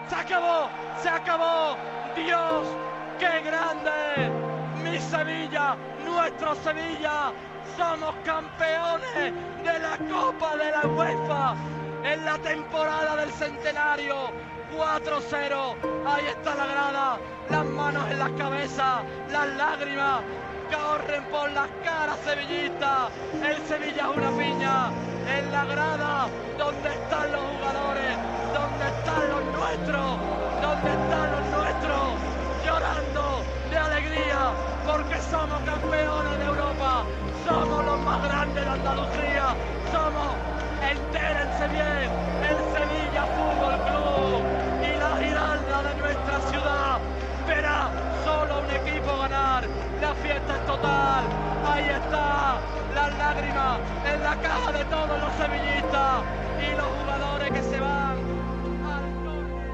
Se acabó, se acabó. Dios, qué grande. Mi Sevilla, nuestro Sevilla. Somos campeones de la Copa de la UEFA en la temporada del centenario. 4-0. Ahí está la grada, las manos en las cabezas, las lágrimas corren por las caras sevillistas. El Sevilla es una piña. En la grada, donde están los jugadores, donde están los nuestros, donde están los nuestros, llorando de alegría, porque somos campeones de Europa, somos los más grandes de Andalucía, somos, entérense bien, el Sevilla Fútbol Club, y la giralda de nuestra ciudad verá solo un equipo ganar. La fiesta es total, ahí está, las lágrimas en la caja de todos los sevillistas y los jugadores que se van al córner.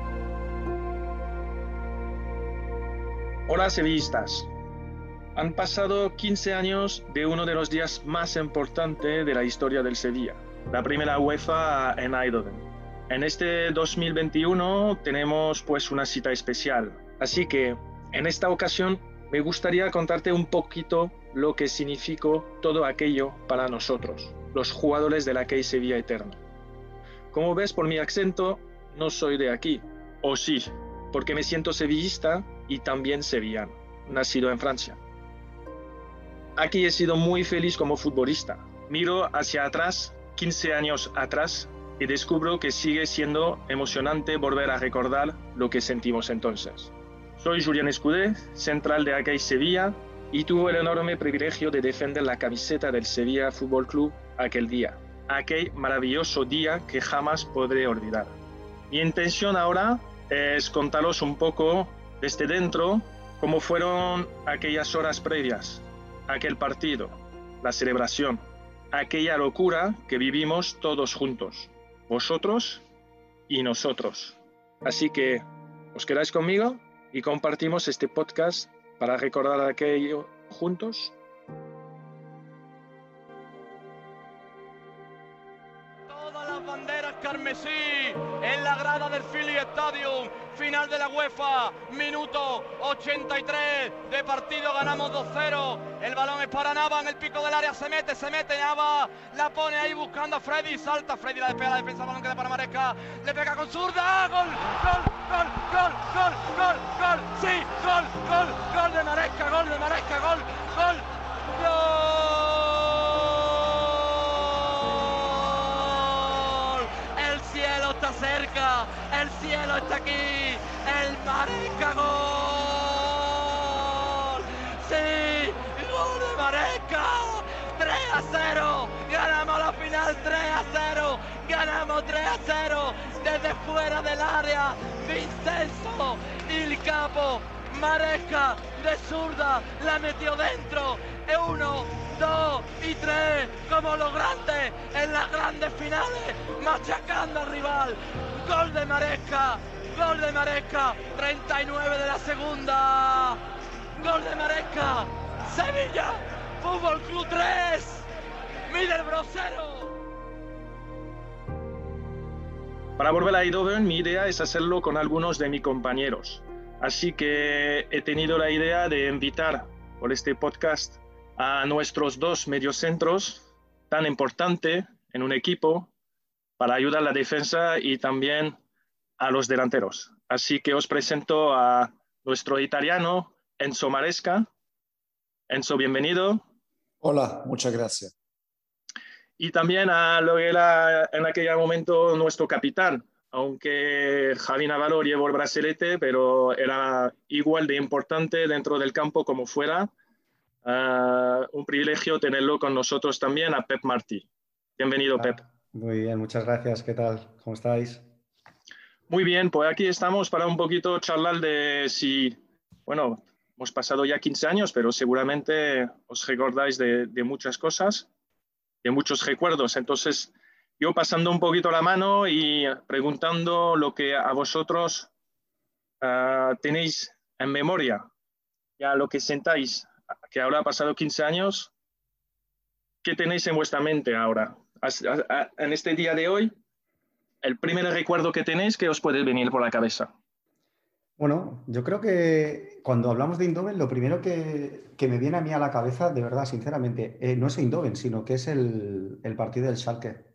Hola sevillistas, han pasado 15 años de uno de los días más importantes de la historia del Sevilla, la primera UEFA en Eindhoven. En este 2021 tenemos pues una cita especial, así que en esta ocasión me gustaría contarte un poquito lo que significó todo aquello para nosotros, los jugadores de la Key Sevilla Eterna. Como ves por mi acento, no soy de aquí, o sí, porque me siento sevillista y también sevillano, nacido en Francia. Aquí he sido muy feliz como futbolista. Miro hacia atrás, 15 años atrás, y descubro que sigue siendo emocionante volver a recordar lo que sentimos entonces. Soy Julián Escudé, central de Key Sevilla, y tuve el enorme privilegio de defender la camiseta del Sevilla Fútbol Club aquel día, aquel maravilloso día que jamás podré olvidar. Mi intención ahora es contaros un poco desde dentro cómo fueron aquellas horas previas, aquel partido, la celebración, aquella locura que vivimos todos juntos, vosotros y nosotros. Así que, ¿os quedáis conmigo? Y compartimos este podcast para recordar aquello juntos. Todas las banderas carmesí en la grada del Philly Stadium, final de la UEFA, minuto 83 de partido, ganamos 2-0, el balón es para Nava, en el pico del área se mete Nava, la pone ahí buscando a Freddy, salta Freddy, la despega la defensa, el balón queda para Maresca, le pega con zurda, gol, sí, gol de Maresca, gol, gol. El cielo está cerca, el cielo está aquí, el Maresca gol. Sí, gol de Maresca. 3-0, ganamos la final 3-0, ganamos 3-0 desde fuera del área. Vincenzo, il capo, Maresca de zurda, la metió dentro. 1, 2 y 3, como los grandes en las grandes finales, machacando al rival. Gol de Maresca, 39 de la segunda. Gol de Maresca, Sevilla Fútbol Club 3, Middlesbrough 0. Para volver a Eindhoven, mi idea es hacerlo con algunos de mis compañeros. Así que he tenido la idea de invitar por este podcast a nuestros dos mediocentros tan importantes en un equipo para ayudar a la defensa y también a los delanteros. Así que os presento a nuestro italiano Enzo Maresca. Enzo, bienvenido. Hola, muchas gracias. Y también a lo que era en aquel momento nuestro capitán, aunque Javi Navarro llevó el bracelete, pero era igual de importante dentro del campo como fuera. Un privilegio tenerlo con nosotros también, a Pep Martí. Bienvenido, Pep. Muy bien, muchas gracias. ¿Qué tal? ¿Cómo estáis? Muy bien, pues aquí estamos para un poquito charlar de si, bueno, hemos pasado ya 15 años, pero seguramente os recordáis de muchas cosas, de muchos recuerdos. Entonces, yo pasando un poquito la mano y preguntando lo que a vosotros tenéis en memoria, ya lo que sentáis, que ahora ha pasado 15 años, ¿qué tenéis en vuestra mente ahora? En este día de hoy, el primer recuerdo que tenéis que os puede venir por la cabeza. Bueno, yo creo que cuando hablamos de Eindhoven, lo primero que me viene a mí a la cabeza, de verdad, sinceramente, no es Eindhoven, sino que es el partido del Schalke.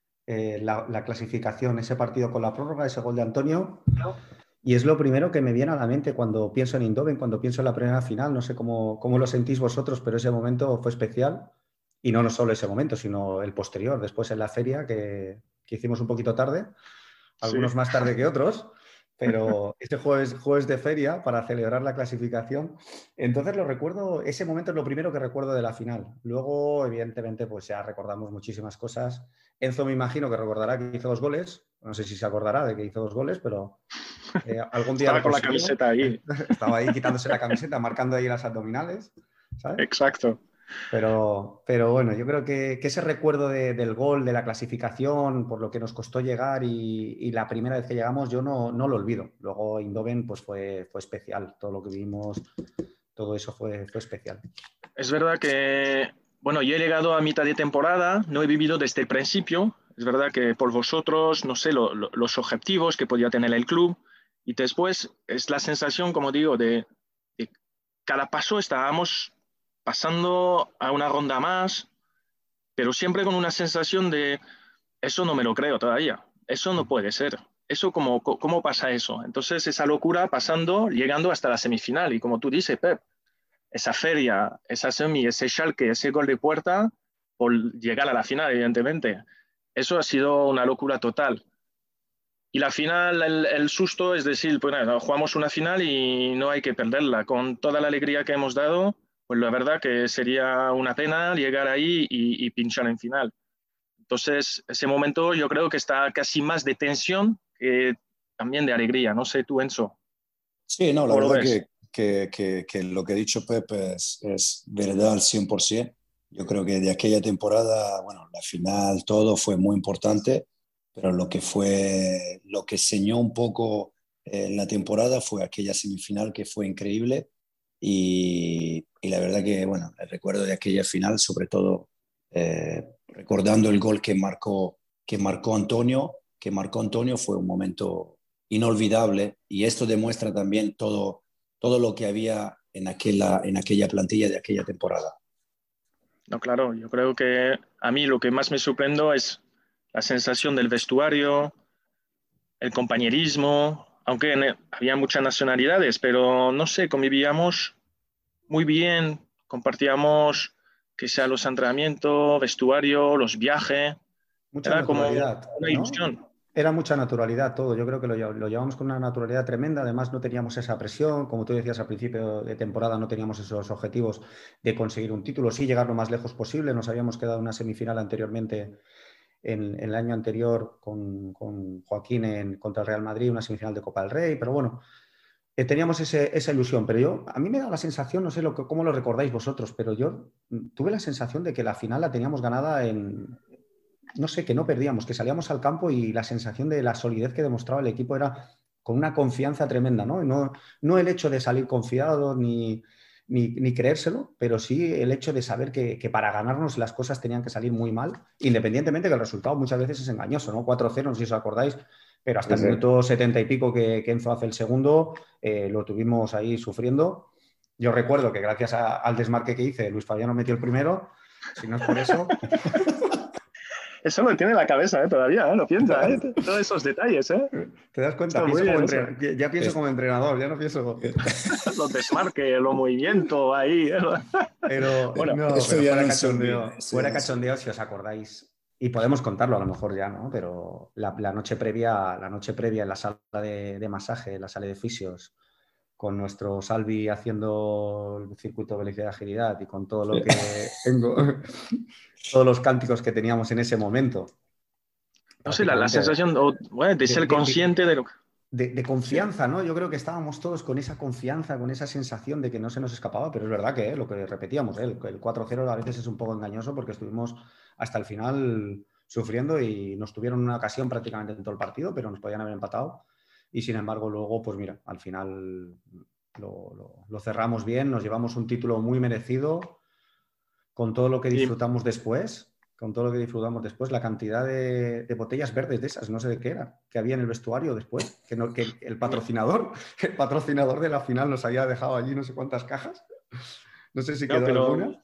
La clasificación, ese partido con la prórroga, ese gol de Antonio. Y es lo primero que me viene a la mente cuando pienso en Eindhoven, cuando pienso en la primera final. No sé cómo lo sentís vosotros, pero ese momento fue especial. Y no solo ese momento, sino el posterior, después en la feria, que hicimos un poquito tarde, algunos Sí. más tarde que otros, pero este jueves de feria para celebrar la clasificación. Entonces lo recuerdo, ese momento es lo primero que recuerdo de la final. Luego, evidentemente, pues ya recordamos muchísimas cosas. Enzo me imagino que recordará que hizo 2 goles. No sé si se acordará de que hizo 2 goles, pero algún día Estaba lo con la consiguió. camiseta ahí. Estaba ahí quitándose la camiseta, marcando ahí las abdominales, ¿sabes? Exacto. Pero bueno, yo creo que ese recuerdo del gol, de la clasificación, por lo que nos costó llegar y la primera vez que llegamos, yo no lo olvido. Luego Eindhoven pues fue especial, todo lo que vimos, todo eso fue especial. Es verdad que, bueno, yo he llegado a mitad de temporada, no he vivido desde el principio. Es verdad que por vosotros, no sé, los objetivos que podía tener el club. Y después es la sensación, como digo, de cada paso estábamos pasando a una ronda más, pero siempre con una sensación de eso no me lo creo todavía, eso no puede ser, eso cómo pasa eso. Entonces esa locura pasando, llegando hasta la semifinal y como tú dices, Pep, esa feria, esa semi, ese Schalke, ese gol de puerta, por llegar a la final, evidentemente. Eso ha sido una locura total. Y la final, el susto es decir, pues nada, jugamos una final y no hay que perderla. Con toda la alegría que hemos dado, pues la verdad que sería una pena llegar ahí y pinchar en final. Entonces, ese momento yo creo que está casi más de tensión que también de alegría. No sé tú, Enzo, Sí, no, la ¿cómo lo verdad ves? que lo que ha dicho Pepe es verdad al 100%. Yo creo que de aquella temporada, bueno, la final, todo fue muy importante, pero lo que enseñó un poco la temporada fue aquella semifinal que fue increíble y la verdad que, bueno, el recuerdo de aquella final, sobre todo recordando el gol que marcó Antonio, fue un momento inolvidable y esto demuestra también todo lo que había en aquella plantilla de aquella temporada. No, claro, yo creo que a mí lo que más me sorprendió es la sensación del vestuario, el compañerismo, aunque había muchas nacionalidades, pero no sé, convivíamos muy bien, compartíamos que sea los entrenamientos, vestuario, los viajes, Mucha era como naturalidad, una ¿no? ilusión. Era mucha naturalidad todo. Yo creo que lo llevamos con una naturalidad tremenda. Además, no teníamos esa presión. Como tú decías al principio de temporada, no teníamos esos objetivos de conseguir un título, sí llegar lo más lejos posible. Nos habíamos quedado en una semifinal anteriormente, en el año anterior, con Joaquín contra el Real Madrid, una semifinal de Copa del Rey. Pero bueno, teníamos esa ilusión. Pero a mí me da la sensación, no sé cómo lo recordáis vosotros, pero yo tuve la sensación de que la final la teníamos ganada no sé, que no perdíamos, que salíamos al campo y la sensación de la solidez que demostraba el equipo era con una confianza tremenda, ¿no? No el hecho de salir confiado ni creérselo, pero sí el hecho de saber que para ganarnos las cosas tenían que salir muy mal, independientemente que el resultado muchas veces es engañoso, ¿no? 4-0, no sé si os acordáis, pero hasta el minuto 70 y pico que Enzo hace el segundo, lo tuvimos ahí sufriendo. Yo recuerdo que gracias al desmarque que hice, Luis Fabiano metió el primero, si no es por eso... Eso lo tiene en la cabeza, todavía, lo piensa, todos esos detalles. ¿Te das cuenta? Está muy bien eso. Ya pienso como entrenador, ya no pienso... Los desmarques, los movimientos ahí. Pero Bueno, no, Esto pero ya no se olvida. Esto ya fuera no se olvida. cachondeo si os acordáis. Y podemos contarlo a lo mejor ya, ¿no? Pero la noche previa en la sala de masaje, en la sala de fisios, con nuestro Salvi haciendo el circuito de velocidad y agilidad y con todo lo que tengo, todos los cánticos que teníamos en ese momento, no sé, la prácticamente sensación bueno, de de, ser de- de- consciente de lo que... de Sí. confianza, ¿no? Yo creo que estábamos todos con esa confianza, con esa sensación de que no se nos escapaba, pero es verdad que lo que repetíamos, el 4-0 a veces es un poco engañoso porque estuvimos hasta el final sufriendo y nos tuvieron una ocasión prácticamente en todo el partido, pero nos podían haber empatado. Y sin embargo, luego, pues mira, al final lo cerramos bien, nos llevamos un título muy merecido con todo lo que Y disfrutamos después. con todo lo que disfrutamos después, la cantidad de botellas verdes de esas, no sé de qué era, que había en el vestuario después, que el patrocinador de la final nos había dejado allí no sé cuántas cajas. No sé si No, quedó alguna.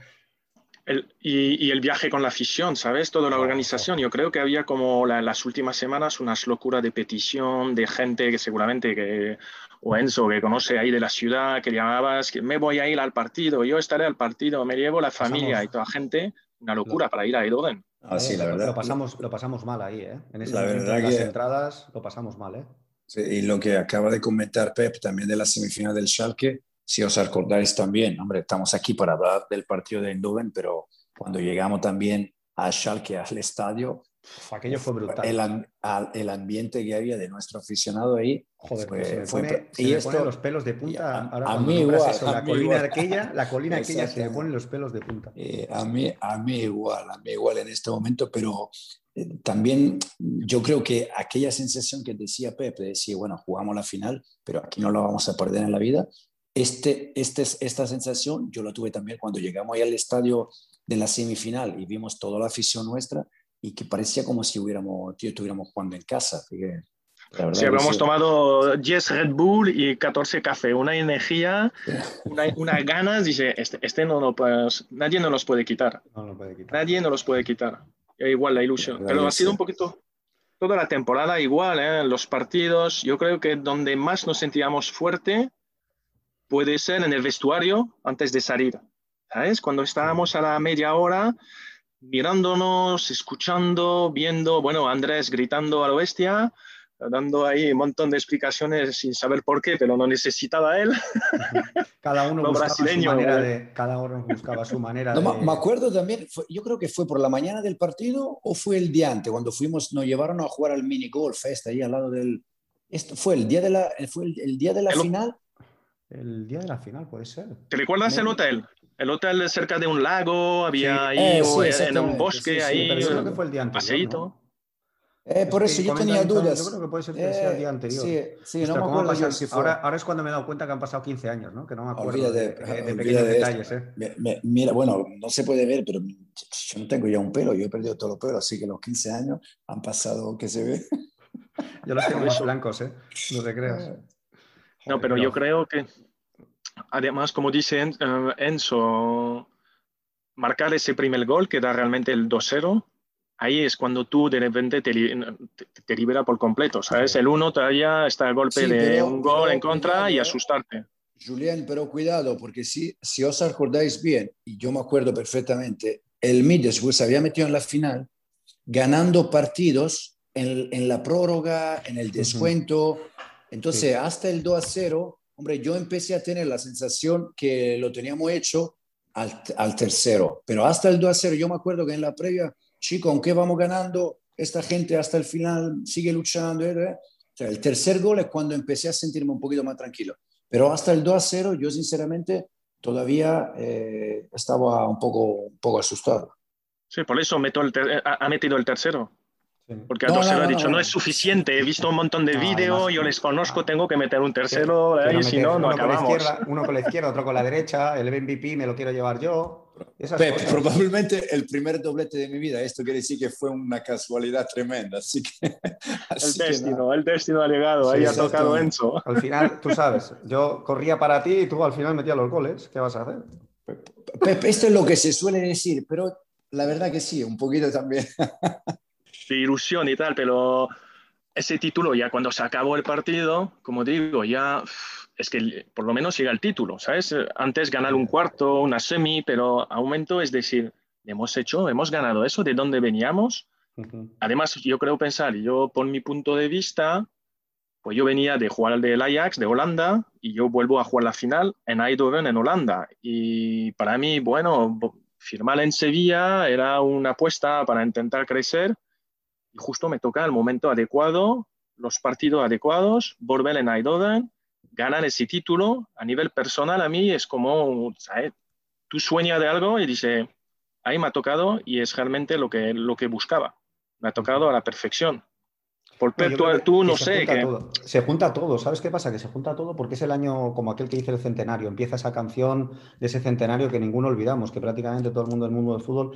Y el viaje con la afición, ¿sabes? Toda la organización. Yo creo que había como las últimas semanas unas locuras de petición, de gente que seguramente o Enzo, que conoce ahí de la ciudad, que llamabas, que me voy a ir al partido, yo estaré al partido, me llevo la familia y toda gente, una locura para ir a Eindhoven. Sí, la verdad. Lo pasamos mal ahí, ¿eh? En ese La momento verdad de las que entradas lo pasamos mal, ¿eh? sí, y lo que acaba de comentar Pep también de la semifinal del Schalke, si os acordáis también, hombre, estamos aquí para hablar del partido de Eindhoven, pero cuando llegamos también a Schalke, al estadio, aquello fue brutal. El ambiente que había de nuestro aficionado ahí. Joder, pues se me esto, ponen los pelos de punta. Ahora a cuando mí nombras igual, eso, la colina aquella se me ponen los pelos de punta. A mí igual en este momento, pero también yo creo que aquella sensación que decía Pepe, decía, bueno, jugamos la final, pero aquí no la vamos a perder en la vida. Esta sensación yo la tuve también cuando llegamos ahí al estadio de la semifinal y vimos toda la afición nuestra y que parecía como si estuviéramos jugando en casa. Así que, la verdad, si habíamos tomado 10 Red Bull y 14 café, una energía, unas ganas, dice, nadie nos los puede quitar. No lo puede quitar. Nadie nos los puede quitar. Igual la ilusión. Pero ha sido un poquito toda la temporada igual, ¿eh? Los partidos, yo creo que donde más nos sentíamos fuerte puede ser en el vestuario antes de salir. ¿Sabes? Cuando estábamos a la media hora mirándonos, escuchando, viendo, bueno, Andrés gritando a la bestia, dando ahí un montón de explicaciones sin saber por qué, pero no necesitaba él. Cada uno buscaba su manera de... Me acuerdo también, yo creo que fue por la mañana del partido o fue el día antes, cuando nos llevaron a jugar al mini golf ahí al lado del... ¿Fue el día de la final? El día de la final, puede ser. ¿Te recuerdas el hotel? El hotel cerca de un lago, había ahí en un bosque, ahí. Pero yo creo que fue el día anterior, paseíto. ¿No? Por eso yo tenía dudas. Yo creo que puede ser que sea el día anterior. Sí, no me acuerdo yo si fue. Ahora es cuando me he dado cuenta que han pasado 15 años, ¿no? Que no me acuerdo Olvídate, de pequeños detalles. Mira, bueno, no se puede ver, pero yo no tengo ya un pelo, yo he perdido todos los pelos, así que los 15 años han pasado, que se ve. Yo los tengo más blancos, no te creas. No, pero yo creo que, además, como dice Enzo, marcar ese primer gol, que da realmente el 2-0, ahí es cuando tú de repente te libera por completo, ¿sabes? Sí. El 1 todavía está el golpe de un gol en contra cuidado, y asustarte. Julián, pero cuidado, porque si os acordáis bien, y yo me acuerdo perfectamente, el Middlesbrough se había metido en la final ganando partidos en la prórroga, en el descuento. Entonces, hasta el 2-0, hombre, yo empecé a tener la sensación que lo teníamos hecho al tercero. Pero hasta el 2-0, yo me acuerdo que en la previa, chico, aunque vamos ganando, esta gente hasta el final sigue luchando. O sea, el tercer gol es cuando empecé a sentirme un poquito más tranquilo. Pero hasta el 2-0, yo sinceramente todavía estaba un poco asustado. Sí, por eso ha metido el tercero. Porque al 2-0 ha dicho, no es suficiente, he visto un montón de vídeos, yo les conozco, tengo que meter un tercero, y si no, no acabamos. Uno con la izquierda, otro con la derecha, el MVP me lo quiero llevar yo. Probablemente el primer doblete de mi vida, esto quiere decir que fue una casualidad tremenda, así que... el destino ha llegado, ahí ha tocado Enzo. Al final, tú sabes, yo corría para ti y tú al final metías los goles, ¿qué vas a hacer? Pep, esto es lo que se suele decir, pero la verdad que sí, un poquito también... de ilusión y tal, pero ese título ya cuando se acabó el partido, como digo, ya es que por lo menos llega el título, ¿sabes? Antes ganar un cuarto, una semi, pero aumento, es decir, hemos ganado eso, ¿de dónde veníamos? Además, yo creo pensar, yo por mi punto de vista, pues yo venía de jugar del Ajax, de Holanda, y yo vuelvo a jugar la final en Eindhoven, en Holanda, y para mí, bueno, firmar en Sevilla era una apuesta para intentar crecer. Y justo me toca el momento adecuado, los partidos adecuados, volver en Eindhoven, ganar ese título. A nivel personal, a mí es como, ¿sabes? Tú sueñas de algo y dices, ahí me ha tocado y es realmente lo que buscaba. Me ha tocado a la perfección. Por Pep, tú no sé. Se junta todo, ¿sabes qué pasa? Que se junta todo porque es el año como aquel que dice el centenario. Empieza esa canción de ese centenario que ninguno olvidamos, que prácticamente todo el mundo del mundo del fútbol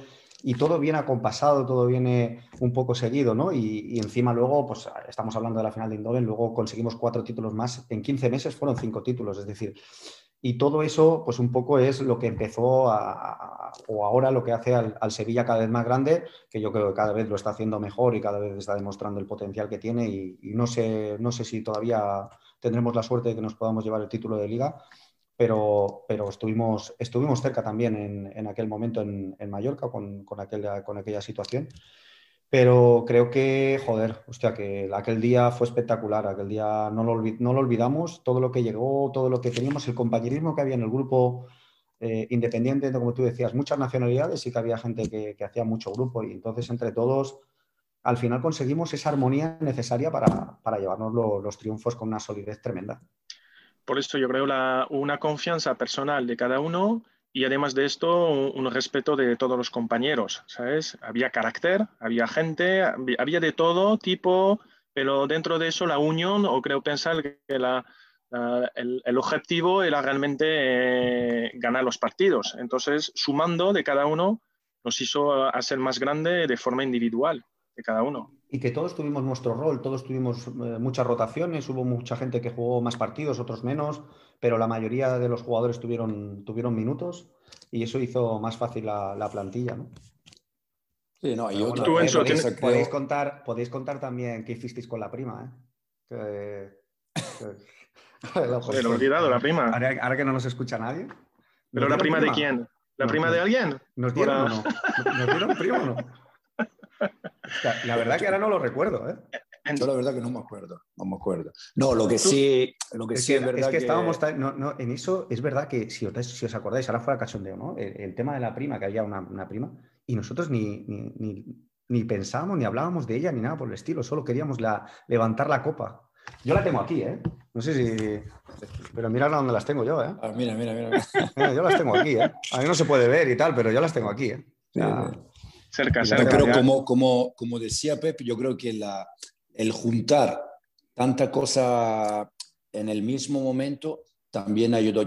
y todo viene acompasado, todo viene un poco seguido, ¿no? Y encima luego, pues estamos hablando de la final de Eindhoven, luego conseguimos 4 títulos más, en 15 meses fueron 5 títulos, es decir, y todo eso, pues un poco es lo que empezó o ahora lo que hace al Sevilla cada vez más grande, que yo creo que cada vez lo está haciendo mejor y cada vez está demostrando el potencial que tiene y no sé si todavía tendremos la suerte de que nos podamos llevar el título de Liga, pero estuvimos cerca también en aquel momento en Mallorca con aquella situación. Pero creo que, joder, hostia, que aquel día fue espectacular, aquel día no lo olvidamos, todo lo que llegó, todo lo que teníamos, el compañerismo que había en el grupo, independiente, como tú decías, muchas nacionalidades y que había gente que hacía mucho grupo y entonces entre todos al final conseguimos esa armonía necesaria para llevarnos los triunfos con una solidez tremenda. Por esto yo creo una confianza personal de cada uno y además de esto un respeto de todos los compañeros, ¿sabes? Había carácter, había gente, había de todo tipo, pero dentro de eso la unión, o creo pensar que el objetivo era realmente ganar los partidos. Entonces, sumando de cada uno, nos hizo hacer más grande de forma individual de cada uno. Y que todos tuvimos nuestro rol, todos tuvimos muchas rotaciones, hubo mucha gente que jugó más partidos, otros menos, pero la mayoría de los jugadores tuvieron minutos y eso hizo más fácil la plantilla, ¿no? Sí, no, y bueno, tú, Enzo, podéis contar también qué hicisteis con la prima, ¿eh? Joder, he olvidado la prima. Ahora que no nos escucha nadie. ¿Pero la prima de quién? ¿La prima de alguien? ¿Nos dieron o no? ¿Nos dieron prima o no? La verdad que ahora no lo recuerdo, ¿eh? Yo la verdad que no me acuerdo. No, lo que sí es verdad es que estábamos en eso, es verdad que si os acordáis, ahora fuera cachondeo, ¿no? El tema de la prima, que había una prima, y nosotros ni pensábamos, ni hablábamos de ella, ni nada por el estilo, solo queríamos levantar la copa. Yo la tengo aquí, ¿eh? No sé si... Pero mira dónde las tengo yo, ¿eh? Ah, mira. Yo las tengo aquí, ¿eh? A mí no se puede ver y tal, pero yo las tengo aquí, ¿eh? Sí. Cerca. Pero como decía Pep, yo creo que el juntar tanta cosa en el mismo momento también ayudó.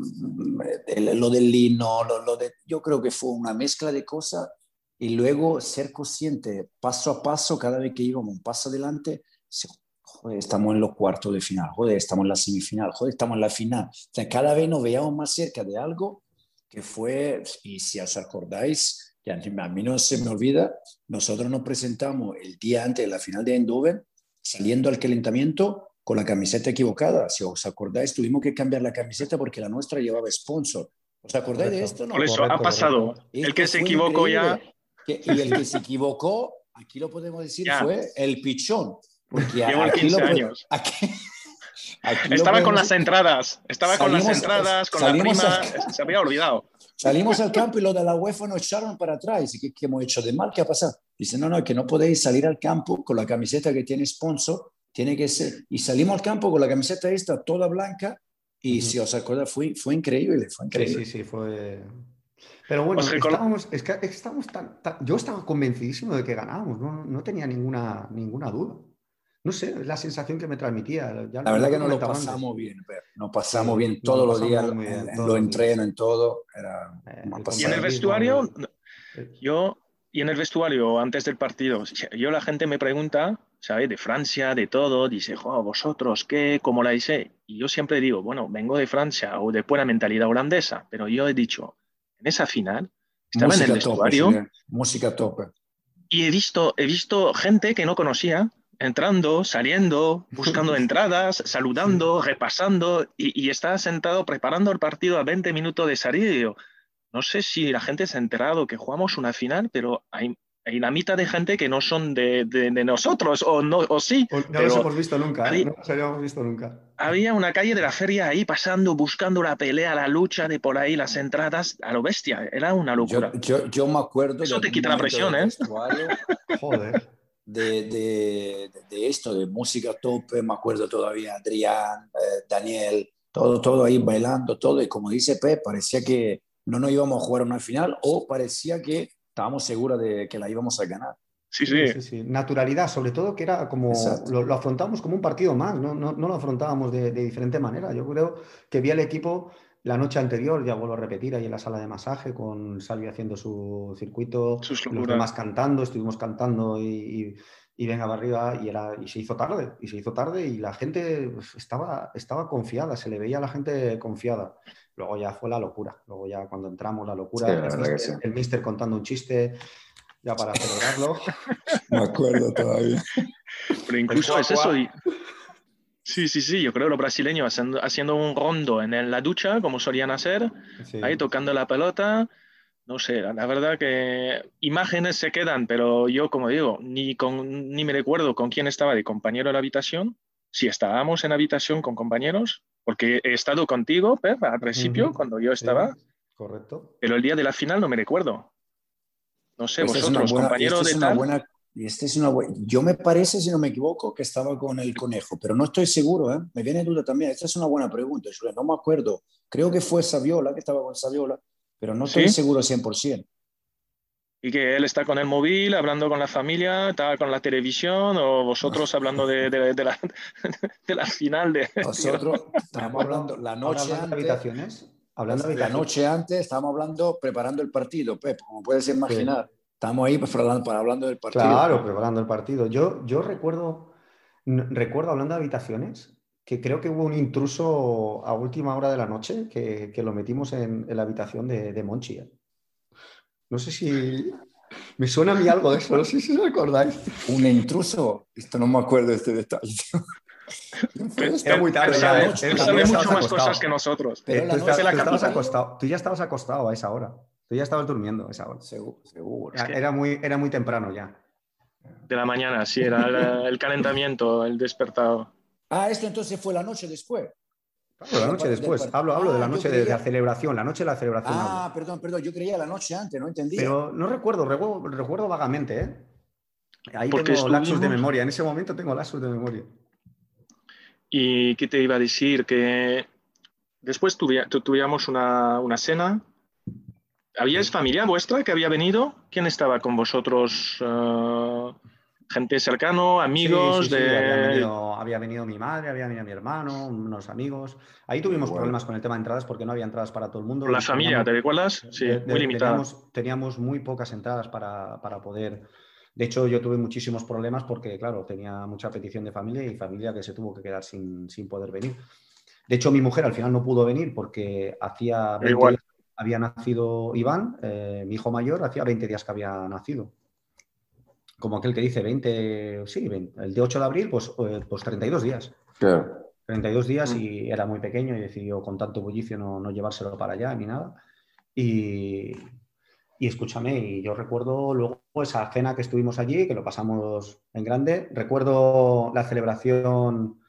Lo del lino, yo creo que fue una mezcla de cosas y luego ser consciente paso a paso, cada vez que íbamos un paso adelante, joder, estamos en los cuartos de final, joder, estamos en la semifinal, joder, estamos en la final. O sea, cada vez nos veíamos más cerca de algo que fue, y si os acordáis, que a mí no se me olvida, nosotros nos presentamos el día antes de la final de Eindhoven, saliendo al calentamiento con la camiseta equivocada. Si os acordáis, tuvimos que cambiar la camiseta porque la nuestra llevaba sponsor. ¿Os acordáis de esto? No. Por eso ha pasado. El que se equivocó increíble. Y el que se equivocó, aquí lo podemos decir, fue el pichón. Porque llevo 15 años. Aquí estaba con las entradas, con la prima, se había olvidado. Salimos al campo y los de la UEFA nos echaron para atrás. ¿Y qué hemos hecho de mal? ¿Qué ha pasado? Dice, no, que no podéis salir al campo con la camiseta que tiene sponsor, tiene que ser. Y salimos al campo con la camiseta esta toda blanca y si os acordáis, fue increíble. Sí, fue... Pero bueno, estábamos yo estaba convencidísimo de que ganábamos, no tenía ninguna duda. No sé, es la sensación que me transmitía. La verdad que nos lo pasamos bien, pero nos pasamos bien todos los días, en los entrenos, en todo. Y en el vestuario, y en el vestuario antes del partido, la gente me pregunta, ¿sabes? De Francia, de todo, dice, vosotros, ¿qué? ¿Cómo la hice? Y yo siempre digo, bueno, vengo de Francia o de buena mentalidad holandesa, pero yo he dicho, en esa final, estaba en el vestuario. Música tope. Y he visto gente que no conocía, entrando, saliendo, buscando entradas, saludando, repasando, y está sentado preparando el partido a 20 minutos de salir. Y yo, no sé si la gente se ha enterado que jugamos una final, pero hay la mitad de gente que no son de nosotros, o sí. No los hemos visto nunca, no los habíamos visto nunca. Había una calle de la feria ahí pasando, buscando la pelea, la lucha de por ahí, las entradas, a lo bestia. Era una locura. Yo me acuerdo... Eso te quita la presión, ¿eh? Joder. De esto, de música tope, me acuerdo todavía, Adrián, Daniel, todo ahí bailando, todo, y como dice Pep, parecía que no nos íbamos a jugar una final o parecía que estábamos seguros de que la íbamos a ganar. Sí. Naturalidad, sobre todo que era como, lo afrontamos como un partido más, no lo afrontábamos de diferente manera. Yo creo que vi al equipo la noche anterior, ya vuelvo a repetir, ahí en la sala de masaje con Salvi haciendo su circuito, Sus los locuras. demás cantando, estuvimos cantando y venga para arriba y se hizo tarde y la gente pues, estaba confiada, se le veía a la gente confiada. Luego ya fue la locura, luego ya cuando entramos la locura, Sí, la verdad que sí. el míster contando un chiste ya para celebrarlo. Me acuerdo todavía. Pero incluso es eso. Sí, yo creo los brasileños haciendo un rondo en la ducha, como solían hacer, Sí. ahí tocando la pelota. No sé, la verdad que imágenes se quedan, pero yo, como digo, ni me recuerdo con quién estaba de compañero en la habitación, si estábamos en habitación con compañeros, porque he estado contigo, Pep, al principio, cuando yo Sí, estaba, correcto. pero el día de la final no me recuerdo. No sé, Pues esta es una vosotros, buena, compañero de tal. yo me parece, si no me equivoco, que estaba con el Conejo, pero no estoy seguro, ¿eh? Me viene duda también. Esta es una buena pregunta, Julen, no me acuerdo. Creo que fue Saviola, que estaba con Saviola, pero no estoy Sí, seguro 100%. y que él está con el móvil, hablando con la familia, está con la televisión, o vosotros hablando de la final de, tío. Nosotros Me estábamos hablando acuerdo, la ahora noche antes, hablando de la habitaciones, noche antes estábamos hablando, preparando el partido, Pep, como puedes sí, imaginar. Estamos ahí pues, hablando del partido. claro, preparando el partido. Yo recuerdo hablando de habitaciones, que creo que hubo un intruso a última hora de la noche que lo metimos en la habitación de Monchi. No sé si me suena a mí algo de eso, no sé si os acordáis. Un intruso, esto no me acuerdo de este detalle. ¿Quién fue Era este? muy Él tarde Pero la ya, sabe, ¿eh? noche, él Tú sabe ya mucho estabas más cosas acostado. que nosotros. pero la Tú, noche Él ha tú estabas capitado. acostado. Tú ya estabas acostado a esa hora. Tú ya estabas durmiendo a esa hora. Seguro. Es que Era muy temprano ya. de la mañana, sí, era el calentamiento, el despertado. Ah, esto entonces fue la noche después. Claro, la noche después. Hablo de la Ah, yo noche de la creía. celebración. La noche de la celebración hablo. Ah, perdón, yo creía la noche antes, no entendía. Pero no recuerdo vagamente, ¿eh? Ahí Porque tengo lapsus de estuvimos. memoria. En ese momento tengo lapsus de memoria. ¿Y qué te iba a decir? Que después tuvíamos una cena. ¿Habíais Sí. familia vuestra que había venido? ¿Quién estaba con vosotros? Gente cercano, amigos Sí. de Había venido mi madre, había venido mi hermano, unos amigos. Ahí Qué tuvimos bueno. problemas con el tema de entradas porque no había entradas para todo el mundo la y familia? ¿Te recuerdas? Sí, muy limitada. teníamos muy pocas entradas para poder. De hecho, yo tuve muchísimos problemas porque, claro, tenía mucha petición de familia y familia que se tuvo que quedar sin poder venir. De hecho, mi mujer al final no pudo venir porque hacía Yo 20 igual. días que había nacido Iván, mi hijo mayor, hacía 20 días que había nacido. Como aquel que dice 20, sí, 20, el de 8 de abril, pues 32 días. Claro. 32 días Mm. y era muy pequeño y decidió con tanto bullicio no llevárselo para allá ni nada. Y escúchame, y yo recuerdo luego esa cena que estuvimos allí, que lo pasamos en grande. Recuerdo la celebración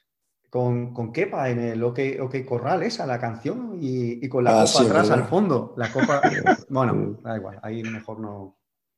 con Kepa en el OK Corral, esa, la canción, y con la Ah, copa sí, es atrás al verdad. fondo. La copa, bueno, Sí. da igual, ahí mejor no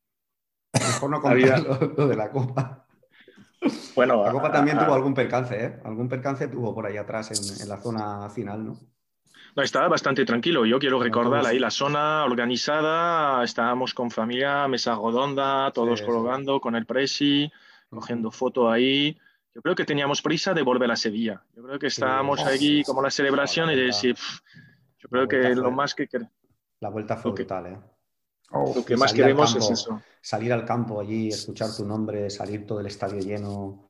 contar Había, lo de la copa. bueno, La copa también tuvo algún percance, ¿eh? Algún percance tuvo por ahí atrás en la zona final, ¿no? no, estaba bastante tranquilo. Yo quiero Pero recordar ahí tuvo. la zona organizada. Estábamos con familia, mesa redonda, Sí, todos sí. colgando con el presi, cogiendo foto ahí. Yo creo que teníamos prisa de volver a Sevilla. Yo creo que estábamos Sí, aquí sí. como la Oh, celebración y de decir, yo la creo vuelta que lo fue, más que, la vuelta fue lo que, brutal, ¿eh? Oh. lo que Y más queremos es eso. salir al campo allí, escuchar tu nombre, salir todo el estadio lleno.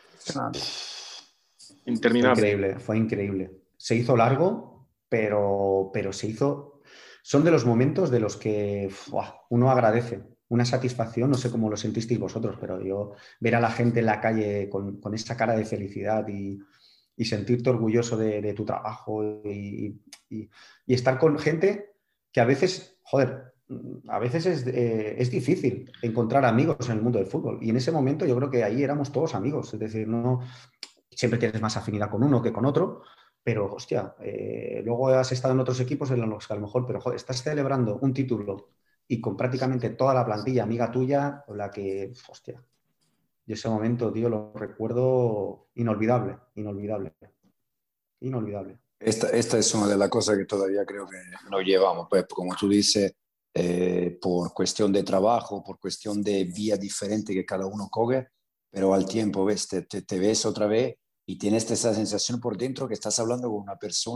Fue Interminable. increíble, fue increíble. Se hizo largo, pero se hizo. Son de los momentos de los que uno agradece, una satisfacción, no sé cómo lo sentisteis vosotros, pero yo ver a la gente en la calle con esa cara de felicidad y sentirte orgulloso de tu trabajo y estar con gente que a veces, joder, a veces es difícil encontrar amigos en el mundo del fútbol. Y en ese momento yo creo que ahí éramos todos amigos, es decir, no siempre tienes más afinidad con uno que con otro, pero hostia, luego has estado en otros equipos en los que a lo mejor, pero joder, estás celebrando un título y con prácticamente toda la plantilla amiga tuya, con la que, hostia, yo ese momento, tío, lo recuerdo inolvidable, inolvidable, inolvidable. Esta es una de las cosas que todavía creo que nos llevamos, pues como tú dices, por cuestión de trabajo, por cuestión de vía diferente que cada uno coge, pero al tiempo ves, te ves otra vez y tienes esa sensación por dentro que estás hablando con una persona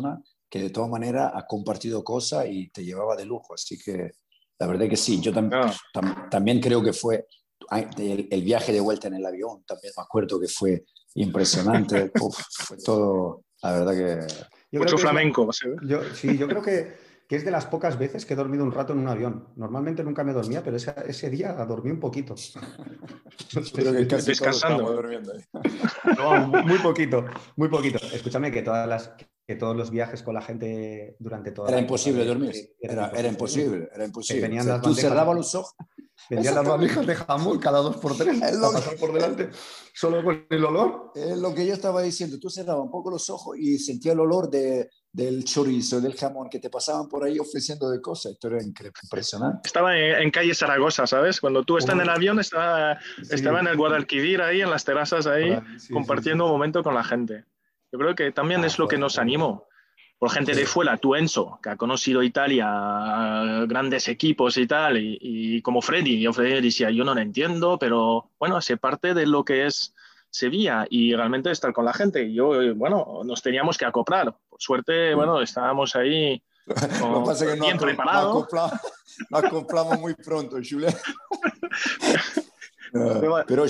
que de todas maneras ha compartido cosas y te llevaba de lujo. Así que la verdad que sí, yo también creo que fue el viaje de vuelta en el avión, también me acuerdo que fue impresionante. Uf, fue todo, la verdad que... Mucho flamenco. Yo creo que es de las pocas veces que he dormido un rato en un avión. Normalmente nunca me dormía, pero ese día dormí un poquito. Creo que casi descansando. todos durmiendo. No, muy poquito, muy poquito. Escúchame, que todos los viajes con la gente durante toda Era la imposible dormir. Era imposible. Venían O sea, tú cerrabas los ojos. Vendían las bandejas de jamón cada 2 por 3 para pasar por delante solo con el olor. Es lo que yo estaba diciendo. Tú cerrabas un poco los ojos y sentías el olor del chorizo, del jamón que te pasaban por ahí ofreciendo de cosas. Esto era impresionante. Estaba en calle Zaragoza, ¿sabes? Cuando tú estás en el avión, estaba en el Guadalquivir ahí, en las terrazas ahí, compartiendo un momento con la gente. Yo creo que también es lo que nos animó. Por gente de fuera, tú Enzo, que ha conocido Italia, grandes equipos y tal, y como Freddy, yo Freddy decía, yo no lo entiendo, pero bueno, hace parte de lo que es Sevilla y realmente estar con la gente. Y yo, bueno, nos teníamos que acoplar. Por suerte, bueno, estábamos ahí Lo que pasa es que bien preparados. Nos acoplamos muy pronto, Julen. Pero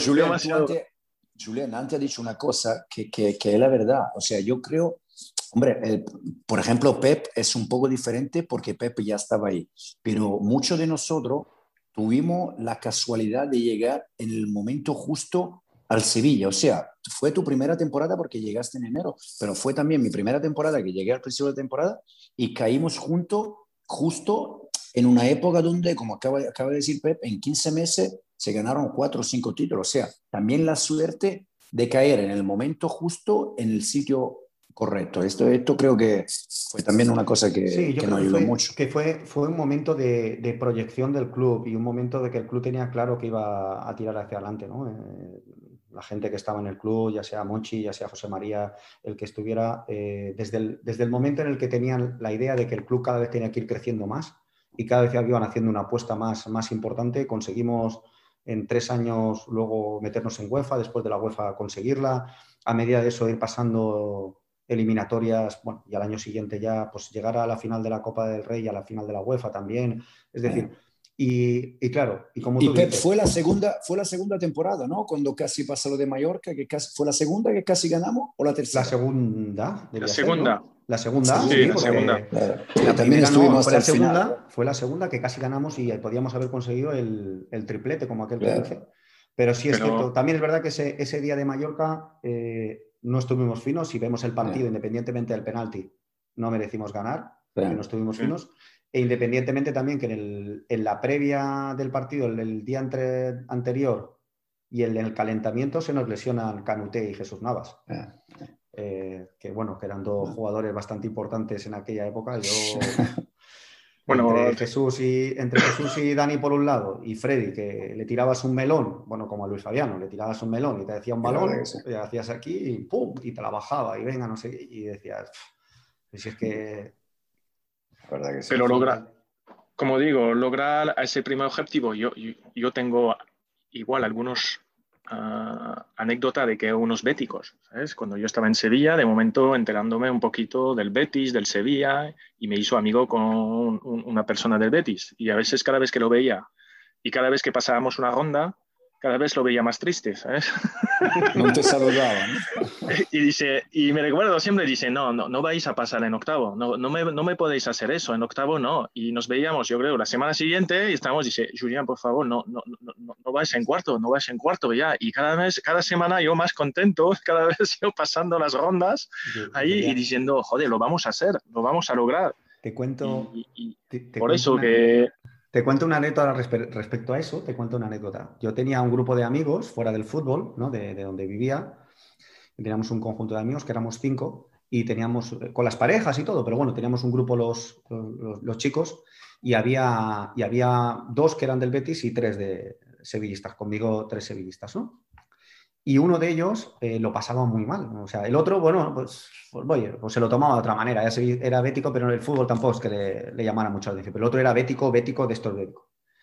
Julen, antes ha dicho una cosa que es la verdad. O sea, yo creo... Hombre, por ejemplo, Pep es un poco diferente porque Pep ya estaba ahí, pero muchos de nosotros tuvimos la casualidad de llegar en el momento justo al Sevilla. O sea, fue tu primera temporada porque llegaste en enero, pero fue también mi primera temporada que llegué al principio de temporada y caímos justo en una época donde, como acaba de decir Pep, en 15 meses se ganaron 4 o 5 títulos. O sea, también la suerte de caer en el momento justo en el sitio correcto. Esto creo que fue también una cosa que nos ayudó mucho. Que fue un momento de proyección del club y un momento de que el club tenía claro que iba a tirar hacia adelante, ¿no? La gente que estaba en el club, ya sea Monchi, ya sea José María, el que estuviera, desde el momento en el que tenían la idea de que el club cada vez tenía que ir creciendo más y cada vez iban haciendo una apuesta más importante, conseguimos en 3 años luego meternos en UEFA, después de la UEFA conseguirla, a medida de eso ir pasando eliminatorias, bueno, y al año siguiente ya pues llegar a la final de la Copa del Rey y a la final de la UEFA también, es decir, y claro, y como tú Pep dices, fue la segunda temporada, ¿no? Cuando casi pasó lo de Mallorca, que casi, ¿fue la segunda que casi ganamos o la tercera? La segunda, La segunda. Ser, ¿no? La segunda, sí, la porque segunda. La también estuvimos fue la hasta el segunda, final. fue la segunda que casi ganamos y podíamos haber conseguido el triplete, como aquel que dice. Pero sí es cierto, también es verdad que ese día de Mallorca no estuvimos finos. Si vemos el partido, independientemente del penalti, no merecimos ganar, porque no estuvimos finos. E independientemente también que en la previa del partido, el día anterior y en el calentamiento se nos lesionan Canuté y Jesús Navas. Que bueno, que eran 2 jugadores bastante importantes en aquella época. Bueno, entre Jesús y Dani por un lado y Freddy, que le tirabas un melón, bueno, como a Luis Fabiano, le tirabas un melón y te decía un balón, y hacías aquí y ¡pum! Y te la bajaba y venga, no sé, y decías, si es que... La verdad que sí. Pero como digo, lograr ese primer objetivo, yo tengo igual algunos anécdota de que unos béticos, ¿sabes? Cuando yo estaba en Sevilla, de momento enterándome un poquito del Betis, del Sevilla, y me hizo amigo con una persona del Betis. Y a veces cada vez que lo veía y cada vez que pasábamos una ronda, cada vez lo veía más triste, ¿sabes? No te saludaba, ¿no? Y me recuerdo siempre, dice, no vais a pasar en octavo, no me podéis hacer eso, en octavo no. Y nos veíamos, yo creo, la semana siguiente y estábamos, dice, Julián, por favor, no vais en cuarto ya. Y cada semana yo más contento, cada vez yo pasando las rondas ahí y diciendo, joder, lo vamos a hacer, lo vamos a lograr. Te cuento... Por eso que... Te cuento una anécdota respecto a eso, te cuento una anécdota. Yo tenía un grupo de amigos fuera del fútbol, ¿no? de donde vivía. Teníamos un conjunto de amigos que éramos 5 y teníamos, con las parejas y todo, pero bueno, teníamos un grupo los chicos y había 2 que eran del Betis y 3 de sevillistas, conmigo 3 sevillistas, ¿no? Y uno de ellos lo pasaba muy mal. O sea, el otro, bueno, pues se lo tomaba de otra manera. Era bético, pero el fútbol tampoco es que le llamara mucho la atención. Pero el otro era bético de estos béticos.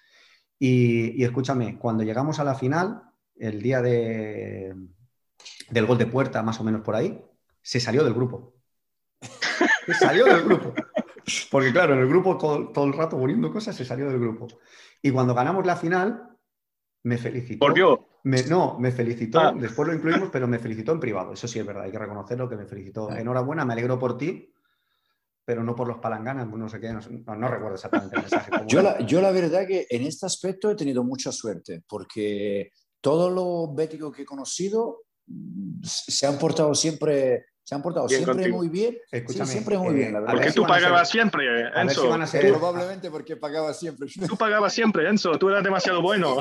Y escúchame, cuando llegamos a la final, el día del gol de puerta, más o menos por ahí, se salió del grupo. Se salió del grupo. Porque claro, en el grupo todo el rato poniendo cosas, se salió del grupo. Y cuando ganamos la final, me felicitó. Volvió. Me felicitó, Ah, después lo incluimos, pero me felicitó en privado. Eso sí es verdad, hay que reconocerlo, que me felicitó. Enhorabuena, me alegro por ti, pero no por los palanganas, no sé qué, no recuerdo exactamente el mensaje. Yo la verdad que en este aspecto he tenido mucha suerte, porque todos los béticos que he conocido se han portado siempre muy bien. Escúchame, Sí, siempre muy bien, la verdad. porque si tú pagabas siempre, a ver si Enzo. van a ser... Probablemente porque pagaba siempre. Tú pagabas siempre, Enzo. Tú eras demasiado bueno.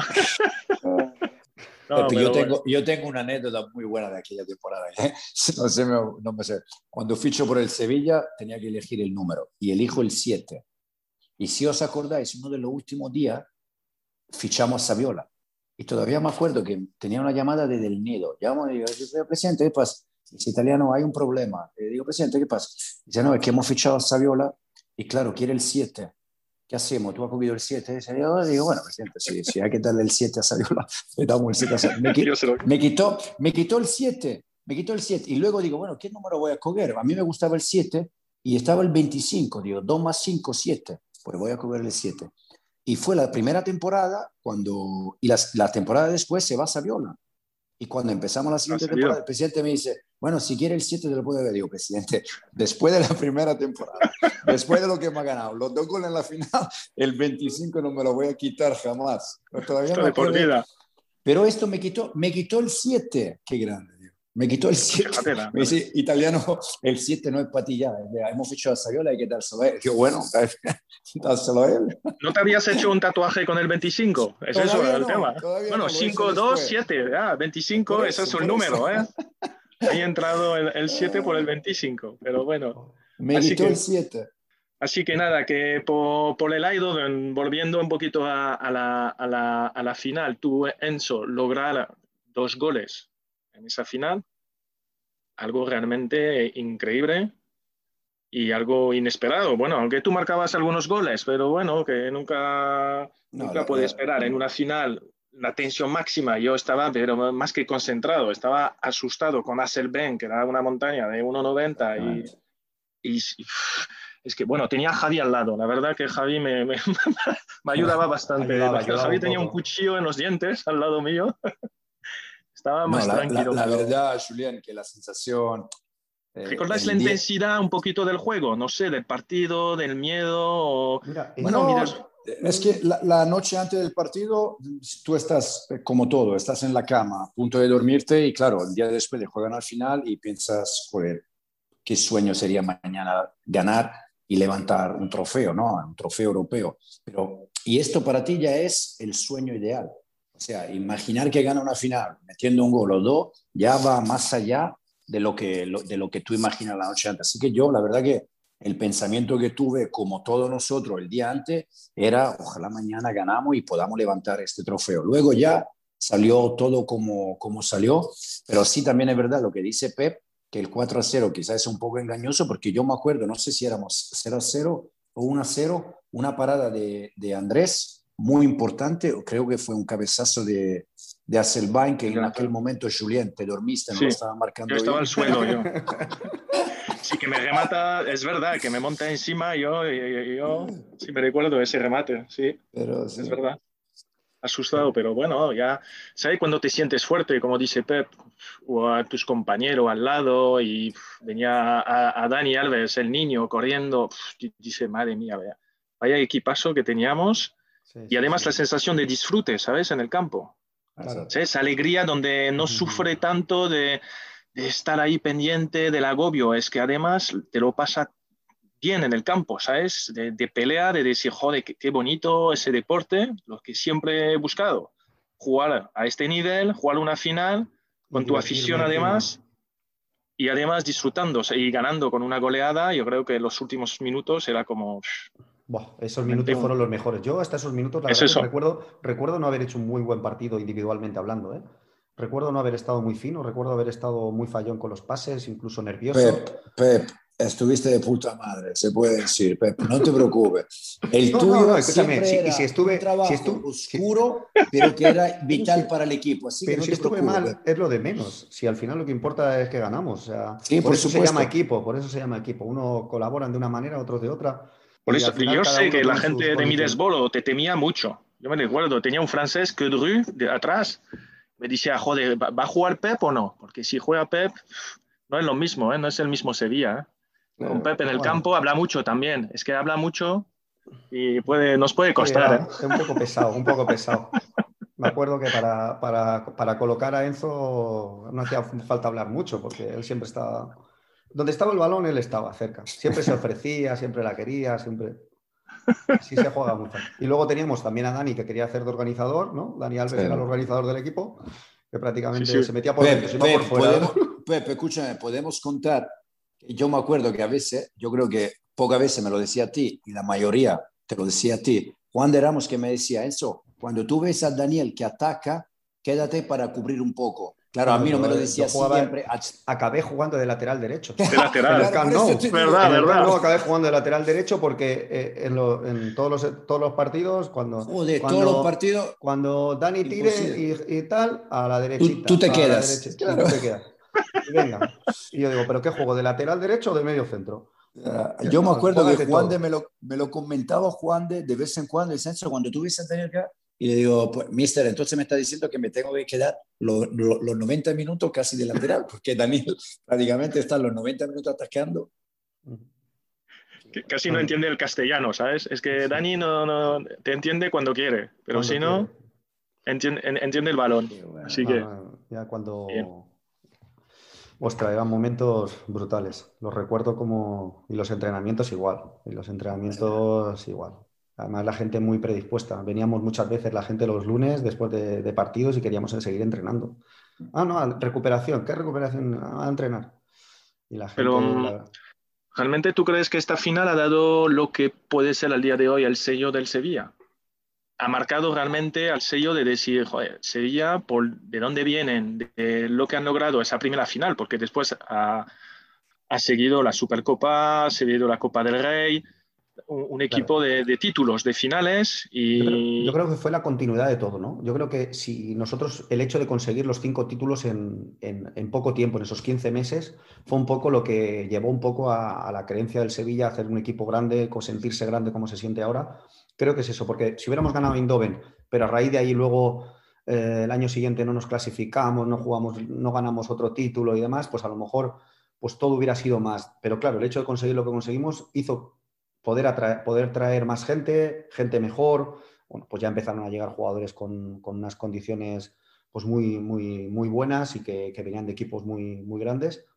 No, Pepe, pero bueno. yo tengo una anécdota muy buena de aquella temporada. No sé, no me sé. Cuando ficho por el Sevilla tenía que elegir el número y elijo el 7. Y si os acordáis, uno de los últimos días fichamos a Saviola. Y todavía me acuerdo que tenía una llamada desde el Nido. Llamo y digo, presidente, ¿qué pasa? Dice, italiano, hay un problema. Le digo, presidente, ¿qué pasa? Dice, no, es que hemos fichado a Saviola y claro, quiere el 7. ¿Qué hacemos? ¿Tú has cogido el 7? Digo, bueno, presidente, si hay que darle el 7 a Saviola, le damos el 7 a Saviola. Me quitó el 7. Me quitó el 7. Y luego digo, bueno, ¿qué número voy a coger? A mí me gustaba el 7 y estaba el 25. Digo, 2 más 5, 7. Pues voy a coger el 7. Y fue la primera temporada y la temporada después se va a Saviola. Y cuando empezamos la siguiente temporada, el presidente me dice, bueno, si quiere el 7 te lo puedo ver. Digo, presidente, después de la primera temporada, después de lo que me ha ganado, los 2 goles en la final, el 25 no me lo voy a quitar jamás. Todavía me acuerdo. Pero esto me quitó el 7. Qué grande, Dios. Me quitó el 7. Me dice, italiano, el 7 no es para ti ya. Hemos fichado a Saviola, hay que dárselo a él. Digo, bueno, dárselo a él. ¿No te habías hecho un tatuaje con el 25? Es eso el tema. Bueno, 5, 2, 7. 25, ese es el número, ¿eh? Ahí ha entrado el 7 por el 25. Pero bueno. Me quitó el 7. Así que nada, que por el Eindhoven, volviendo un poquito a la final, tú, Enzo, lograr 2 goles en esa final, algo realmente increíble y algo inesperado. Bueno, aunque tú marcabas algunos goles, pero bueno, que nunca puede esperar. En una final, la tensión máxima, yo estaba pero más que concentrado, estaba asustado con Hasselbaink, que era una montaña de 1,90 y es que, bueno, tenía a Javi al lado. La verdad que Javi me ayudaba bastante. Javi tenía un cuchillo en los dientes al lado mío. Estaba más tranquilo. La verdad, Julián, que la sensación... ¿Recordáis la intensidad un poquito del juego? No sé, del partido, del miedo. Es que la noche antes del partido tú estás como todo, estás en la cama, a punto de dormirte y claro, el día después de juegan al final y piensas, joder, qué sueño sería mañana ganar y levantar un trofeo, ¿no? Un trofeo europeo. Y esto para ti ya es el sueño ideal. O sea, imaginar que gana una final metiendo un gol o 2 ya va más allá de lo que tú imaginas la noche antes. Así que yo, la verdad que el pensamiento que tuve, como todos nosotros el día antes, era ojalá mañana ganamos y podamos levantar este trofeo. Luego ya salió todo como salió, pero sí también es verdad lo que dice Pep, que el 4-0 quizás es un poco engañoso, porque yo me acuerdo, no sé si éramos 0-0 o 1-0, una parada de Andrés muy importante, creo que fue un cabezazo de Hasselbaink, que en aquel momento, Julián, te dormiste, no lo estaba marcando yo estaba bien. Al suelo, yo. Sí, que me remata, es verdad, que me monta encima, yo sí me recuerdo ese remate, sí, Pero, sí. Es verdad. Asustado, pero bueno, ya sabes cuando te sientes fuerte, como dice Pep, o a tus compañeros al lado, y venía a Dani Alves, el niño, corriendo, dice, madre mía, vaya equipazo que teníamos, y además la sensación de disfrute, ¿sabes? En el campo. Claro. Esa alegría donde no sufre tanto de estar ahí pendiente del agobio, es que además te lo pasa bien en el campo, ¿sabes? De pelea, de decir, joder, qué bonito ese deporte, lo que siempre he buscado. Jugar a este nivel, jugar una final, con tu afición además, y además disfrutando y ganando con una goleada. Yo creo que los últimos minutos era como... esos minutos fueron los mejores. Yo hasta esos minutos, la verdad, que recuerdo no haber hecho un muy buen partido individualmente hablando, ¿eh? Recuerdo no haber estado muy fino, recuerdo haber estado muy fallón con los pases, incluso nervioso. Pep, Estuviste de puta madre, se puede decir, Pepe, no te preocupes. El No, tuyo no, escúchame, siempre era si un trabajo oscuro, pero que era vital para el equipo, así que pero no si te estuve preocupes, mal, Pepe. es lo de menos. Si al final lo que importa es que ganamos. O sea, Sí, por por eso se llama supuesto. equipo, por eso se llama equipo. Uno colaboran de una manera, otros de otra, Por y eso, al final yo cada sé uno que la tiene sus gente de condiciones. Middlesbrough te temía mucho. Yo me recuerdo, tenía un francés que Dru de atrás me decía, joder, ¿va a jugar Pep o no? Porque si juega Pep, no es lo mismo, ¿eh? No es el mismo Sevilla, ¿eh? Con Pep en el Bueno, campo habla mucho también. Es que habla mucho y nos puede sí, costar, ¿eh? era un poco pesado, un poco pesado. Me acuerdo que para colocar a Enzo no hacía falta hablar mucho, porque él siempre estaba... Donde estaba el balón, él estaba cerca. Siempre se ofrecía, siempre la quería, siempre... Así se juega muy fácil. Y luego teníamos también a Dani, que quería hacer de organizador, ¿no? Dani Alves era el Sí. organizador del equipo, que Sí, prácticamente sí. se metía por dentro, Pepe, se iba por fuera. Pepe, escúchame, podemos contar. Yo me acuerdo que a veces, yo creo que pocas veces me lo decía a ti, y la mayoría te lo decía a ti. Juan de Ramos que me decía eso, cuando tú ves a Daniel que ataca, quédate para cubrir un poco. Claro, a Bueno, mí no me lo yo decía jugaba, siempre. acabé jugando de lateral derecho. De En el lateral. Claro, Camp por eso Nou. te digo. Verdad, En el Camp verdad. Nou acabé jugando de lateral derecho porque en todos los partidos, Joder, todos los partidos, cuando Dani tire imposible. y tal, a la Tú derechita, te a la derecha, quedas, y claro. tú te quedas. Y venga. Y yo digo, ¿pero qué juego? ¿De lateral derecho o de medio centro? Yo me No, acuerdo que juégate Juan de todo. me lo comentaba Juan de vez en cuando, el censo, cuando tú ves a Daniel acá, y le digo, pues, mister, entonces me está diciendo que me tengo que quedar los 90 minutos casi de lateral, porque Daniel prácticamente está los 90 minutos atacando. Que casi no Bueno, entiende el castellano, ¿sabes? Es que sí, Dani no te entiende cuando quiere, pero cuando si quiere. no, entiende el balón. Y bueno, Así No, que, no, ya bien. cuando... Ostras, eran momentos brutales. Los recuerdo como... Y los entrenamientos igual. Y los entrenamientos igual. Además, la gente muy predispuesta. Veníamos muchas veces la gente los lunes después de partidos y queríamos seguir entrenando. Ah, no, recuperación. ¿Qué recuperación? A entrenar. Y la Pero, gente... ¿realmente tú crees que esta final ha dado lo que puede ser al día de hoy el sello del Sevilla? Ha marcado realmente al sello de decir, joder, Sevilla, de dónde vienen, de lo que han logrado esa primera final, porque después ha seguido la Supercopa, ha seguido la Copa del Rey, un equipo Claro. de títulos, de finales Yo y creo que fue la continuidad de todo, ¿no? Yo creo que si nosotros, el hecho de conseguir los 5 títulos en poco tiempo, en esos 15 meses, fue un poco lo que llevó un poco a la creencia del Sevilla a hacer un equipo grande, sentirse grande como se siente ahora. Creo que es eso, porque si hubiéramos ganado Eindhoven, pero a raíz de ahí luego el año siguiente no nos clasificamos, no jugamos, no ganamos otro título y demás, pues a lo mejor pues todo hubiera sido más. Pero claro, el hecho de conseguir lo que conseguimos hizo poder traer más gente, gente mejor. Bueno, pues ya empezaron a llegar jugadores con unas condiciones pues muy buenas y que venían de equipos muy grandes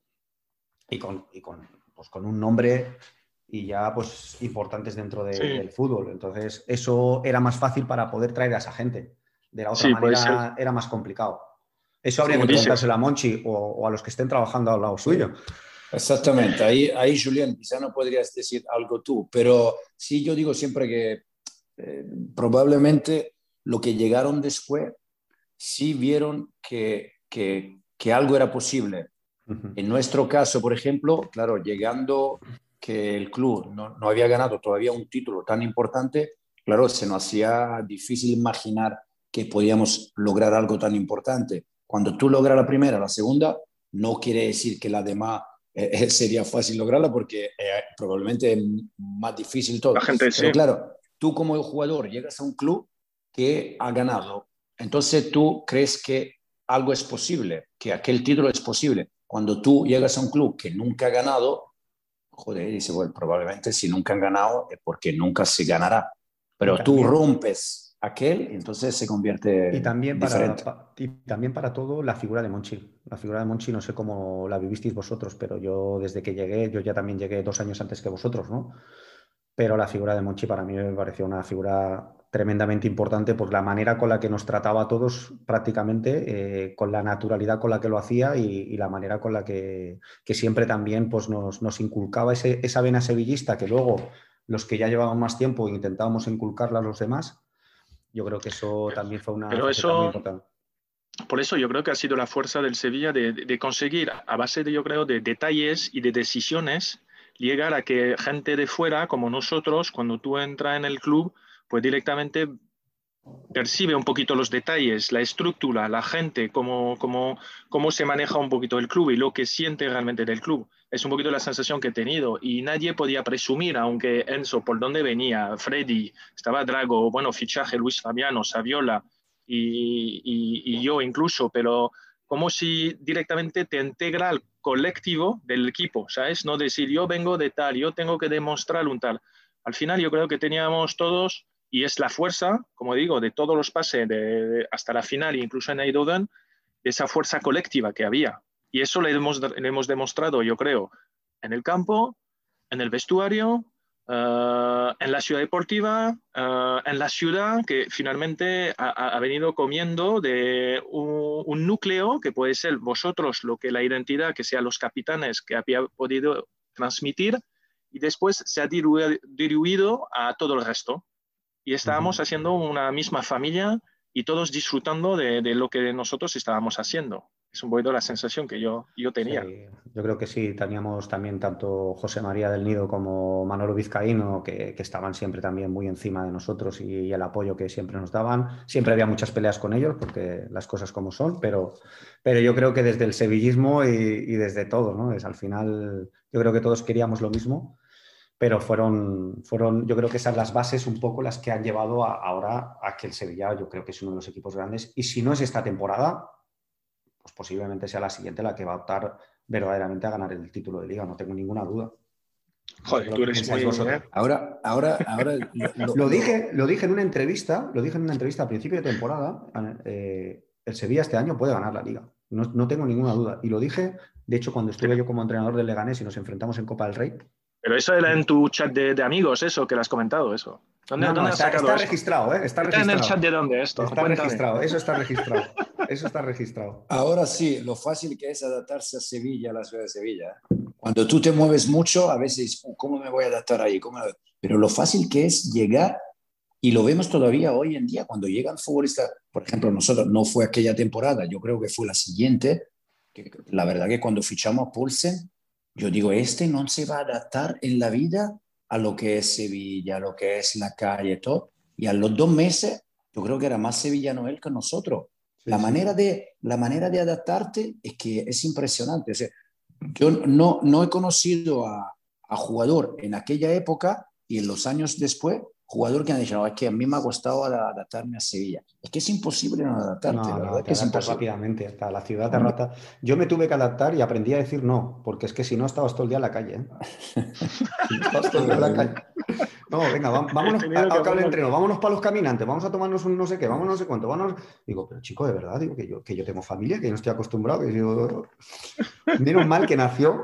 pues con un nombre y ya pues importantes dentro sí, del fútbol. Entonces, eso era más fácil para poder traer a esa gente. De la otra sí, puede ser, manera era más complicado. Eso habría como que dices. preguntárselo a Monchi o a los que estén trabajando al lado sí. suyo. Exactamente, ahí Julián, quizá no podrías decir algo tú, pero sí yo digo siempre que probablemente lo que llegaron después sí vieron que algo era posible. Uh-huh. En nuestro caso, por ejemplo, claro, llegando que el club no había ganado todavía un título tan importante, claro, se nos hacía difícil imaginar que podíamos lograr algo tan importante. Cuando tú logras la primera, la segunda, no quiere decir que la demás sería fácil lograrla porque probablemente es más difícil La todo. gente sí. Pero claro, tú como jugador llegas a un club que ha ganado, entonces tú crees que algo es posible, que aquel título es posible. Cuando tú llegas a un club que nunca ha ganado, joder, dice, bueno, probablemente si nunca han ganado es porque nunca se ganará. Y Pero tú también, rompes aquel, entonces se Y convierte también diferente. y también para todo la figura de Monchi. La figura de Monchi no sé cómo la vivisteis vosotros, pero yo desde que llegué, yo ya también llegué 2 años antes que vosotros, ¿no? Pero la figura de Monchi para mí me pareció una figura tremendamente importante por la manera con la que nos trataba a todos prácticamente, con la naturalidad con la que lo hacía y la manera con la que siempre también pues, nos inculcaba esa vena sevillista que luego los que ya llevaban más tiempo intentábamos inculcarla a los demás. Yo creo que eso también fue una Pero faceta muy eso, importante. por eso yo creo que ha sido la fuerza del Sevilla de conseguir, a base de, yo creo, de detalles y de decisiones, llegar a que gente de fuera, como nosotros, cuando tú entras en el club, pues directamente percibe un poquito los detalles, la estructura, la gente, cómo se maneja un poquito el club y lo que siente realmente del club. Es un poquito la sensación que he tenido y nadie podía presumir, aunque Enzo, por dónde venía, Freddy, estaba Drago, bueno, fichaje Luis Fabiano, Saviola y yo incluso, pero como si directamente te integra al colectivo del equipo, ¿sabes? No decir yo vengo de tal, yo tengo que demostrar un tal. Al final yo creo que teníamos todos y es la fuerza, como digo, de todos los pases hasta la final, incluso en Eindhoven, de esa fuerza colectiva que había. Y eso le hemos demostrado, yo creo, en el campo, en el vestuario, en la ciudad deportiva, en la ciudad, que finalmente ha venido comiendo de un núcleo que puede ser vosotros, lo que la identidad, que sea los capitanes, que había podido transmitir, y después se ha diluido a todo el resto. Y estábamos haciendo una misma familia y todos disfrutando de lo que nosotros estábamos haciendo. Es un poquito la sensación que yo tenía. Sí, yo creo que sí, teníamos también tanto José María del Nido como Manolo Vizcaíno, que estaban siempre también muy encima de nosotros y el apoyo que siempre nos daban. Siempre había muchas peleas con ellos, porque las cosas como son, pero yo creo que desde el sevillismo y desde todo, ¿no? Al final, yo creo que todos queríamos lo mismo, pero fueron, yo creo que esas las bases un poco las que han llevado ahora a que el Sevilla, yo creo que es uno de los equipos grandes, y si no es esta temporada, pues posiblemente sea la siguiente la que va a optar verdaderamente a ganar el título de liga, no tengo ninguna duda. Joder, tú eres muy... Ahora lo dije en una entrevista, a principio de temporada, el Sevilla este año puede ganar la liga, no tengo ninguna duda, y lo dije, de hecho, cuando estuve yo como entrenador del Leganés y nos enfrentamos en Copa del Rey. Pero eso era en tu chat de amigos, eso, que lo has comentado, eso. ¿Dónde has sacado está eso? registrado, ¿eh? ¿Está en el chat de dónde esto? Está registrado, eso está registrado. Eso está registrado. Ahora sí, lo fácil que es adaptarse a Sevilla, a la ciudad de Sevilla. Cuando tú te mueves mucho, a veces, ¿cómo me voy a adaptar ahí? Pero lo fácil que es llegar, y lo vemos todavía hoy en día, cuando llegan futbolistas, por ejemplo, nosotros, no fue aquella temporada, yo creo que fue la siguiente, que la verdad que cuando fichamos a Poulsen, yo digo, no se va a adaptar en la vida a lo que es Sevilla, a lo que es la calle, todo. Y a los 2 meses, yo creo que era más sevillano él que nosotros. Sí, la manera de adaptarte es que es impresionante. O sea, yo no he conocido a jugador en aquella época y en los años después, jugador que han dicho, no, es que a mí me ha costado adaptarme a Sevilla. Es que es imposible no adaptarte, la verdad te que es adaptas imposible. rápidamente, hasta la ciudad te adapta. Yo me tuve que adaptar y aprendí a decir no, porque es que si no estabas todo el día en la calle. Si no estabas todo el día en la calle. No, venga, vámonos al entreno, vámonos para los caminantes, vamos a tomarnos un no sé qué, vámonos no sé cuánto, vámonos. Digo, pero chico, de verdad, digo que yo tengo familia, que no estoy acostumbrado, que yo... Menos mal que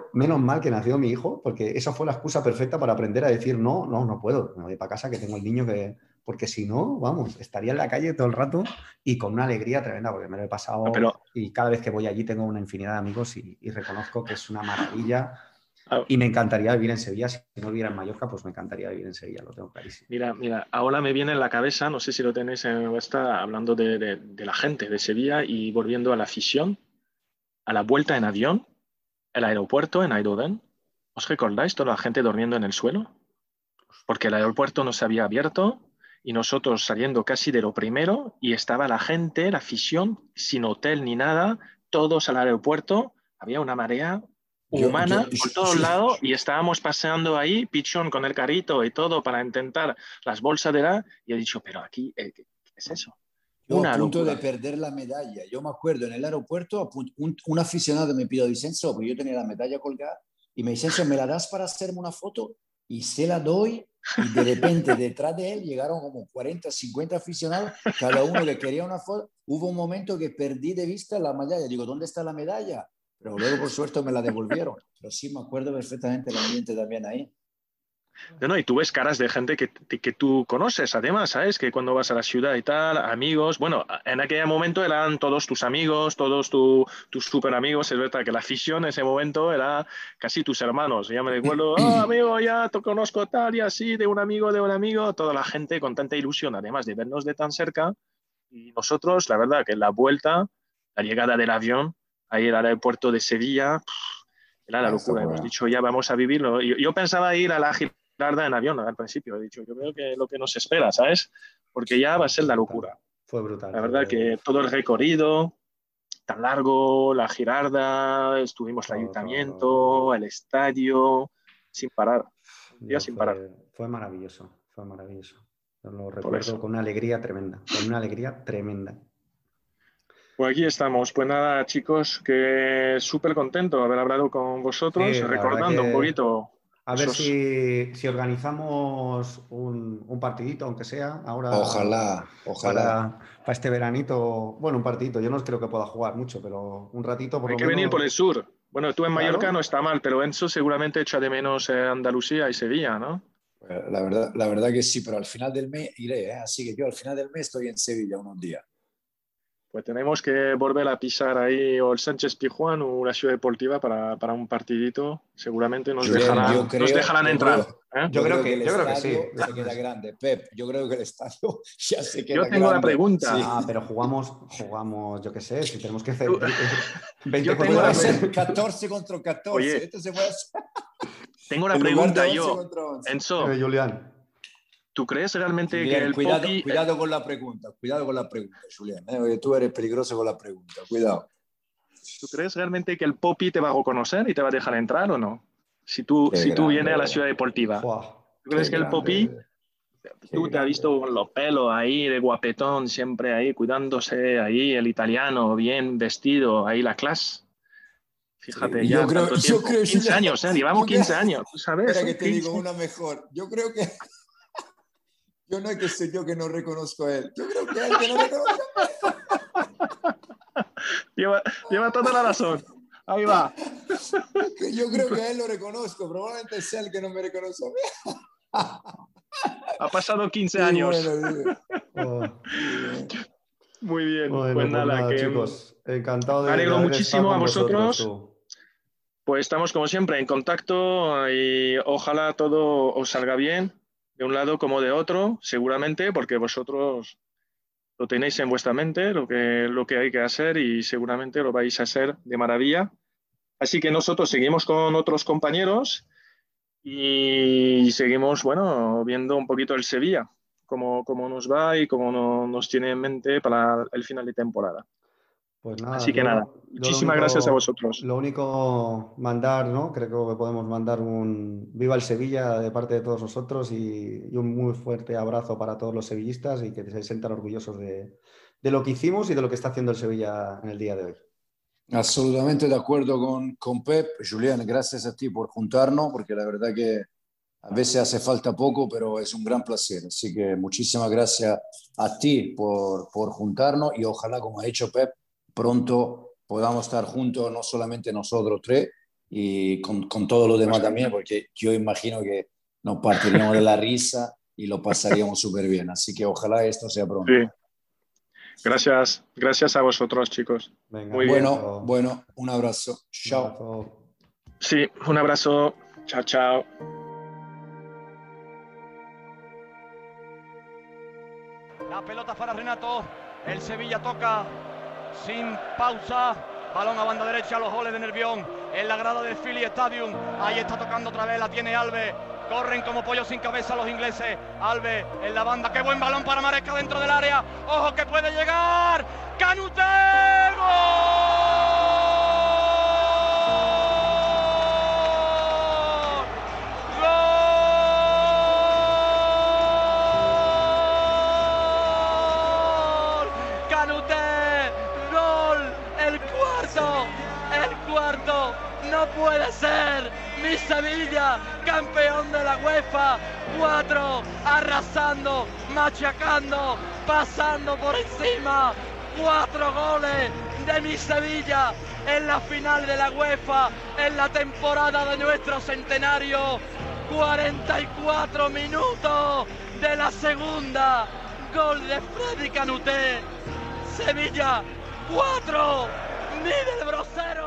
nació mi hijo, porque esa fue la excusa perfecta para aprender a decir no puedo, me voy para casa que tengo el niño que... Porque si no, vamos, estaría en la calle todo el rato y con una alegría tremenda, porque me lo he pasado y cada vez que voy allí tengo una infinidad de amigos y reconozco que es una maravilla. Y me encantaría vivir en Sevilla. Si no viviera en Mallorca, pues me encantaría vivir en Sevilla, lo tengo clarísimo. Mira, ahora me viene en la cabeza, no sé si lo tenéis en vuestra, hablando de la gente de Sevilla y volviendo a la afición, a la vuelta en avión, el aeropuerto en Eindhoven. ¿Os recordáis toda la gente durmiendo en el suelo? Porque el aeropuerto no se había abierto y nosotros saliendo casi de lo primero y estaba la gente, la afición, sin hotel ni nada, todos al aeropuerto, había una marea humana por todos lados y estábamos paseando ahí, Pichón con el carrito y todo para intentar las bolsas de la... Y he dicho, pero aquí, ¿qué es eso? Yo a punto de perder la medalla. Yo me acuerdo en el aeropuerto, un aficionado me pidió, Vicenzo, porque yo tenía la medalla colgada, y me dice, Vicenzo, ¿me la das para hacerme una foto? Y se la doy, y de repente detrás de él llegaron como 40, 50 aficionados, cada uno que quería una foto. Hubo un momento que perdí de vista la medalla. Digo, ¿dónde está la medalla? Pero luego, por suerte, me la devolvieron. Pero sí, me acuerdo perfectamente el ambiente también ahí. No, y tú ves caras de gente que tú conoces, además, ¿sabes? Que cuando vas a la ciudad y tal, amigos, bueno, en aquel momento eran todos tus amigos, todos tus super amigos, es verdad que la afición en ese momento era casi tus hermanos. Ya me recuerdo, amigo, ya te conozco tal y así, de un amigo, toda la gente con tanta ilusión, además de vernos de tan cerca. Y nosotros, la verdad, que la vuelta, la llegada del avión, ahí al aeropuerto de Sevilla, Era la locura. Hemos dicho, ya vamos a vivirlo. Yo pensaba ir a la Girarda en avión al principio. He dicho, yo creo que lo que nos espera, ¿sabes? Porque ya va a ser la locura. Fue brutal. La verdad que todo el recorrido tan largo, la Girarda, estuvimos en el ayuntamiento, el estadio, sin parar. Sin parar. Fue maravilloso, fue maravilloso. Lo recuerdo con una alegría tremenda, Pues aquí estamos. Pues nada, chicos, que súper contento de haber hablado con vosotros, recordando un poquito. A ver si organizamos un partidito, aunque sea, ahora. Ojalá. Para este veranito, bueno, un partidito. Yo no creo que pueda jugar mucho, pero un ratito por lo menos. Hay que venir por el sur. Bueno, tú en Mallorca no está mal, pero Enzo seguramente echa de menos Andalucía y Sevilla, ¿no? La verdad que sí, pero al final del mes iré, ¿eh? Así que yo al final del mes estoy en Sevilla unos días. Pues tenemos que volver a pisar ahí o el Sánchez Pizjuán o la Ciudad Deportiva para un partidito. Seguramente nos dejarán entrar. Yo creo que sí. Se queda grande. Pep, yo creo que el estadio ya se queda grande. Yo tengo la pregunta. Sí. Pero jugamos, yo qué sé, si tenemos que hacer 20 yo tengo la 14 contra 14. Oye, esto se puede hacer. Tengo una pregunta yo. Enzo, Julián. ¿Tú crees realmente Julián, que el Popi... Cuidado con la pregunta, Julián. Tú eres peligroso con la pregunta, cuidado. ¿Tú crees realmente que el Popi te va a reconocer y te va a dejar entrar o no? Si tú vienes a la Ciudad Deportiva. ¿Tú crees que el Popi... Tú te has visto con los pelos ahí, de guapetón, siempre ahí, cuidándose ahí, el italiano, bien vestido, ahí la clase. Fíjate, sí, ya tanto tiempo. 15 años, llevamos 15 años, ¿tú sabes? Espera que te digo una mejor. Yo creo que... Yo no es que sé yo que no reconozco a él. Yo creo que él que no reconoce a él. Lleva toda la razón. Ahí va. Yo creo que a él lo reconozco. Probablemente sea el que no me reconoce a mí. Ha pasado 15 años. Bueno, muy bien. Bueno, pues nada, que chicos, encantado de me alegro muchísimo a vosotros. Pues estamos como siempre en contacto y ojalá todo os salga bien. De un lado como de otro, seguramente, porque vosotros lo tenéis en vuestra mente, lo que hay que hacer y seguramente lo vais a hacer de maravilla. Así que nosotros seguimos con otros compañeros y seguimos, viendo un poquito el Sevilla, cómo nos va y cómo nos tiene en mente para el final de temporada. Pues nada, así que muchísimas gracias a vosotros. Lo único mandar, ¿no? Creo que podemos mandar un viva el Sevilla de parte de todos nosotros y un muy fuerte abrazo para todos los sevillistas y que se sientan orgullosos de lo que hicimos y de lo que está haciendo el Sevilla en el día de hoy. Absolutamente de acuerdo con Pep. Julián, gracias a ti por juntarnos, porque la verdad que a veces hace falta poco, pero es un gran placer. Así que muchísimas gracias a ti por juntarnos y ojalá, como ha dicho Pep, pronto podamos estar juntos, no solamente nosotros tres, y con todos los demás también, porque yo imagino que nos partiríamos de la risa y lo pasaríamos súper bien. Así que ojalá esto sea pronto. Sí. Gracias a vosotros, chicos. Venga, muy bien. Bueno, un abrazo. Chao. Sí, un abrazo. Chao. La pelota para Renato. El Sevilla toca sin pausa. Balón a banda derecha, los goles de Nervión en la grada del Philly Stadium. Ahí está tocando otra vez, la tiene Alves. Corren como pollos sin cabeza los ingleses. Alves en la banda, qué buen balón para Maresca dentro del área. Ojo que puede llegar. ¡Canute! No puede ser, mi Sevilla, campeón de la UEFA, 4, arrasando, machacando, pasando por encima, 4 goles de mi Sevilla en la final de la UEFA, en la temporada de nuestro centenario, 44 minutos de la segunda, gol de Freddy Canute, Sevilla 4, Middlesbrough 0.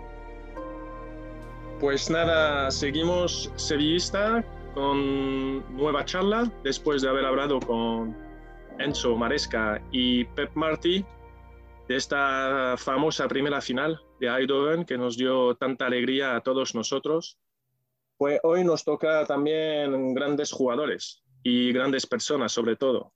Pues nada, seguimos sevillista con nueva charla después de haber hablado con Enzo Maresca y Pep Martí. de esta famosa primera final de Eindhoven que nos dio tanta alegría a todos nosotros. Pues hoy nos toca también grandes jugadores y grandes personas sobre todo.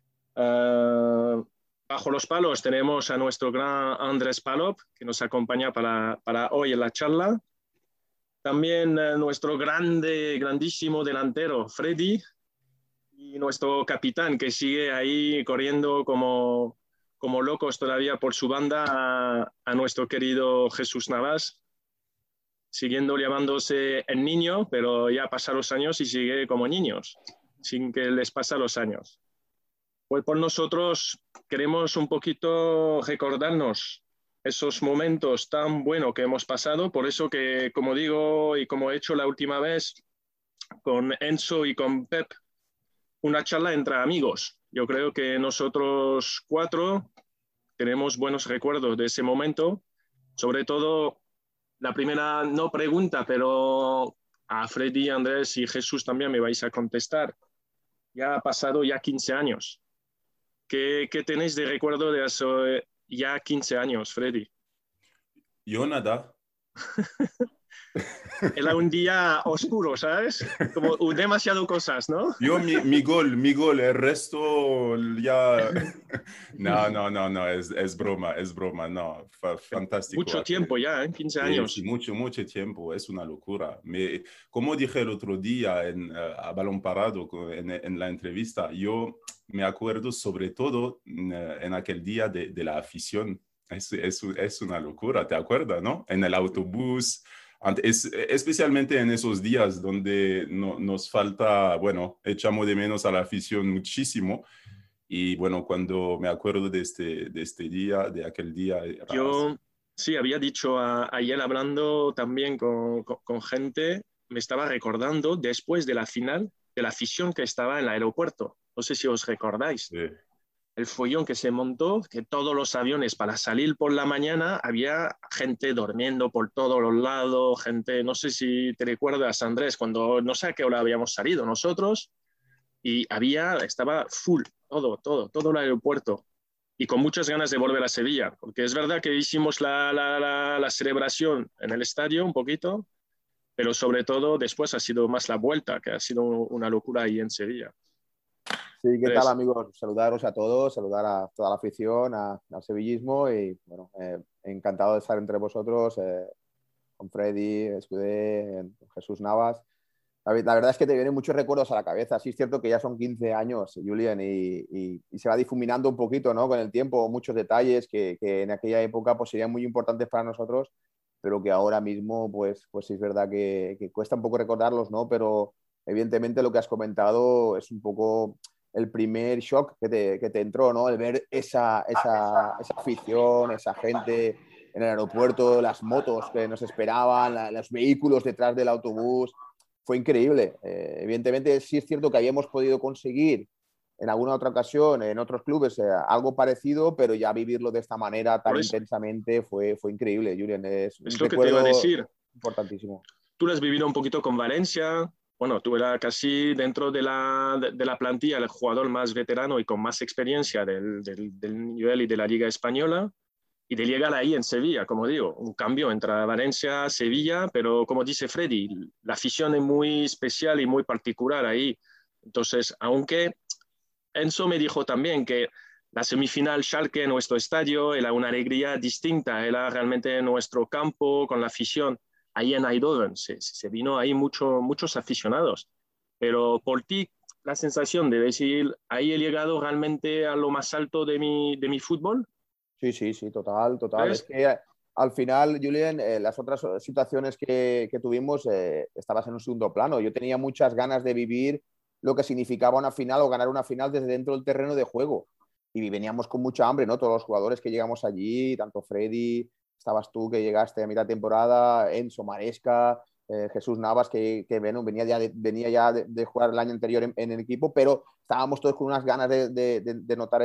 Bajo los palos tenemos a nuestro gran Andrés Palop, que nos acompaña para hoy en la charla. También nuestro grandísimo delantero, Freddy, y nuestro capitán, que sigue ahí corriendo como locos todavía por su banda, a nuestro querido Jesús Navas, siguiendo llamándose el niño, pero ya pasan los años y sigue como niños, sin que les pasen los años. Pues por nosotros queremos un poquito recordarnos esos momentos tan buenos que hemos pasado, por eso que, como digo y como he hecho la última vez con Enzo y con Pep, una charla entre amigos. Yo creo que nosotros cuatro tenemos buenos recuerdos de ese momento, sobre todo la primera, no pregunta, pero a Freddy, Andrés y Jesús también me vais a contestar. Ya ha pasado ya 15 años. ¿Qué tenéis de recuerdo de eso ya 15 años, Freddy? Yo nada. Era un día oscuro, ¿sabes? Como demasiado cosas, ¿no? Yo mi gol, el resto ya... No, es broma, no, fantástico. Mucho tiempo ya, ¿eh? 15 años. Sí, mucho tiempo, es una locura. Como dije el otro día a Balón Parado en la entrevista, yo me acuerdo sobre todo en aquel día de la afición. Es una locura, ¿te acuerdas, no? En el autobús... especialmente en esos días donde nos falta, bueno, echamos de menos a la afición muchísimo. Y bueno, cuando me acuerdo de este día, de aquel día... Yo sí, había dicho ayer hablando también con gente, me estaba recordando después de la final de la afición que estaba en el aeropuerto. No sé si os recordáis. Sí. El follón que se montó, que todos los aviones para salir por la mañana había gente durmiendo por todos los lados, gente, no sé si te recuerdas, Andrés, cuando no sé a qué hora habíamos salido nosotros y estaba full, todo el aeropuerto y con muchas ganas de volver a Sevilla, porque es verdad que hicimos la celebración en el estadio un poquito, pero sobre todo después ha sido más la vuelta, que ha sido una locura ahí en Sevilla. Sí, ¿qué tal, amigos? Saludaros a todos, saludar a toda la afición, al sevillismo y, bueno, encantado de estar entre vosotros, con Freddy, Escudé, Jesús Navas. La verdad es que te vienen muchos recuerdos a la cabeza. Sí es cierto que ya son 15 años, Julián, y se va difuminando un poquito, ¿no? Con el tiempo, muchos detalles que en aquella época pues, serían muy importantes para nosotros, pero que ahora mismo, pues sí es verdad que cuesta un poco recordarlos, ¿no? Pero evidentemente lo que has comentado es un poco el primer shock que te entró, ¿no? El ver esa afición, esa gente en el aeropuerto, las motos que nos esperaban, los vehículos detrás del autobús. Fue increíble. Evidentemente sí es cierto que habíamos podido conseguir en alguna otra ocasión en otros clubes algo parecido, pero ya vivirlo de esta manera tan intensamente fue increíble, Julián. Es lo que te iba a decir. Importantísimo. Tú lo has vivido un poquito con Valencia. Bueno, tú eras casi dentro de la plantilla el jugador más veterano y con más experiencia del nivel y de la Liga Española. Y de llegar ahí en Sevilla, como digo, un cambio entre Valencia, Sevilla, pero como dice Freddy, la afición es muy especial y muy particular ahí. Entonces, aunque Enzo me dijo también que la semifinal Schalke en nuestro estadio era una alegría distinta, era realmente nuestro campo con la afición. Ahí en Eindhoven se vino ahí muchos aficionados. Pero por ti, la sensación de decir, ahí he llegado realmente a lo más alto de mi fútbol. Sí, total. Es que al final, Julián, las otras situaciones que tuvimos, estabas en un segundo plano. Yo tenía muchas ganas de vivir lo que significaba una final o ganar una final desde dentro del terreno de juego. Y veníamos con mucha hambre, ¿no? Todos los jugadores que llegamos allí, tanto Freddy, estabas tú que llegaste a mitad de temporada, Enzo, Maresca, Jesús Navas, que venía ya de jugar el año anterior en el equipo, pero estábamos todos con unas ganas de notar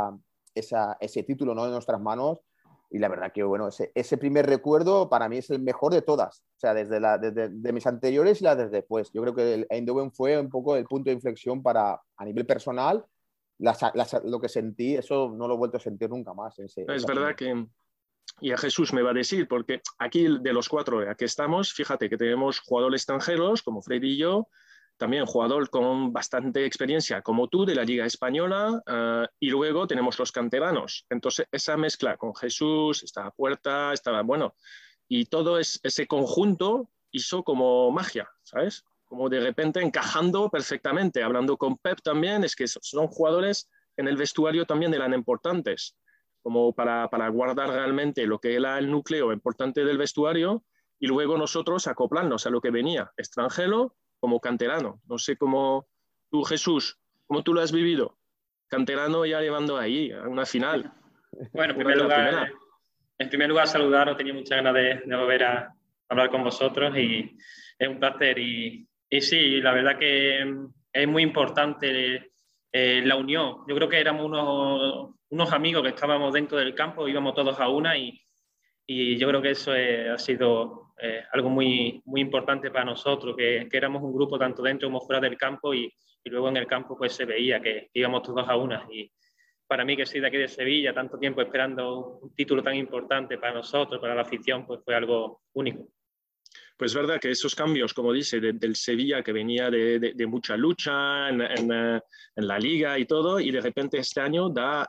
ese título, ¿no? En nuestras manos. Y la verdad que, bueno, ese primer recuerdo para mí es el mejor de todas. O sea, desde mis anteriores y las desde después. Yo creo que el Eindhoven fue un poco el punto de inflexión a nivel personal lo que sentí, eso no lo he vuelto a sentir nunca más. Es verdad que, y a Jesús me va a decir, porque aquí de los 4 aquí estamos, fíjate que tenemos jugadores extranjeros como Freddy y yo, también jugador con bastante experiencia como tú de la Liga Española, y luego tenemos los canteranos. Entonces esa mezcla con Jesús, estaba Puerta, estaba bueno, y todo ese conjunto hizo como magia, ¿sabes? Como de repente encajando perfectamente. Hablando con Pep también, es que son jugadores en el vestuario también eran importantes, como para guardar realmente lo que era el núcleo importante del vestuario y luego nosotros acoplarnos a lo que venía, extranjero como canterano. No sé cómo tú, Jesús, cómo tú lo has vivido, canterano ya llevando ahí a una final. Bueno, en primer lugar saludaros, tenía muchas ganas de volver a hablar con vosotros y es un placer. Y sí, la verdad que es muy importante la unión. Yo creo que éramos unos amigos que estábamos dentro del campo, íbamos todos a una y yo creo que eso ha sido algo muy, muy importante para nosotros, que éramos un grupo tanto dentro como fuera del campo y luego en el campo pues se veía que íbamos todos a una. Y para mí, que soy de aquí de Sevilla, tanto tiempo esperando un título tan importante para nosotros, para la afición, pues fue algo único. Pues es verdad que esos cambios, como dice, del Sevilla, que venía de mucha lucha en la Liga y todo, y de repente este año da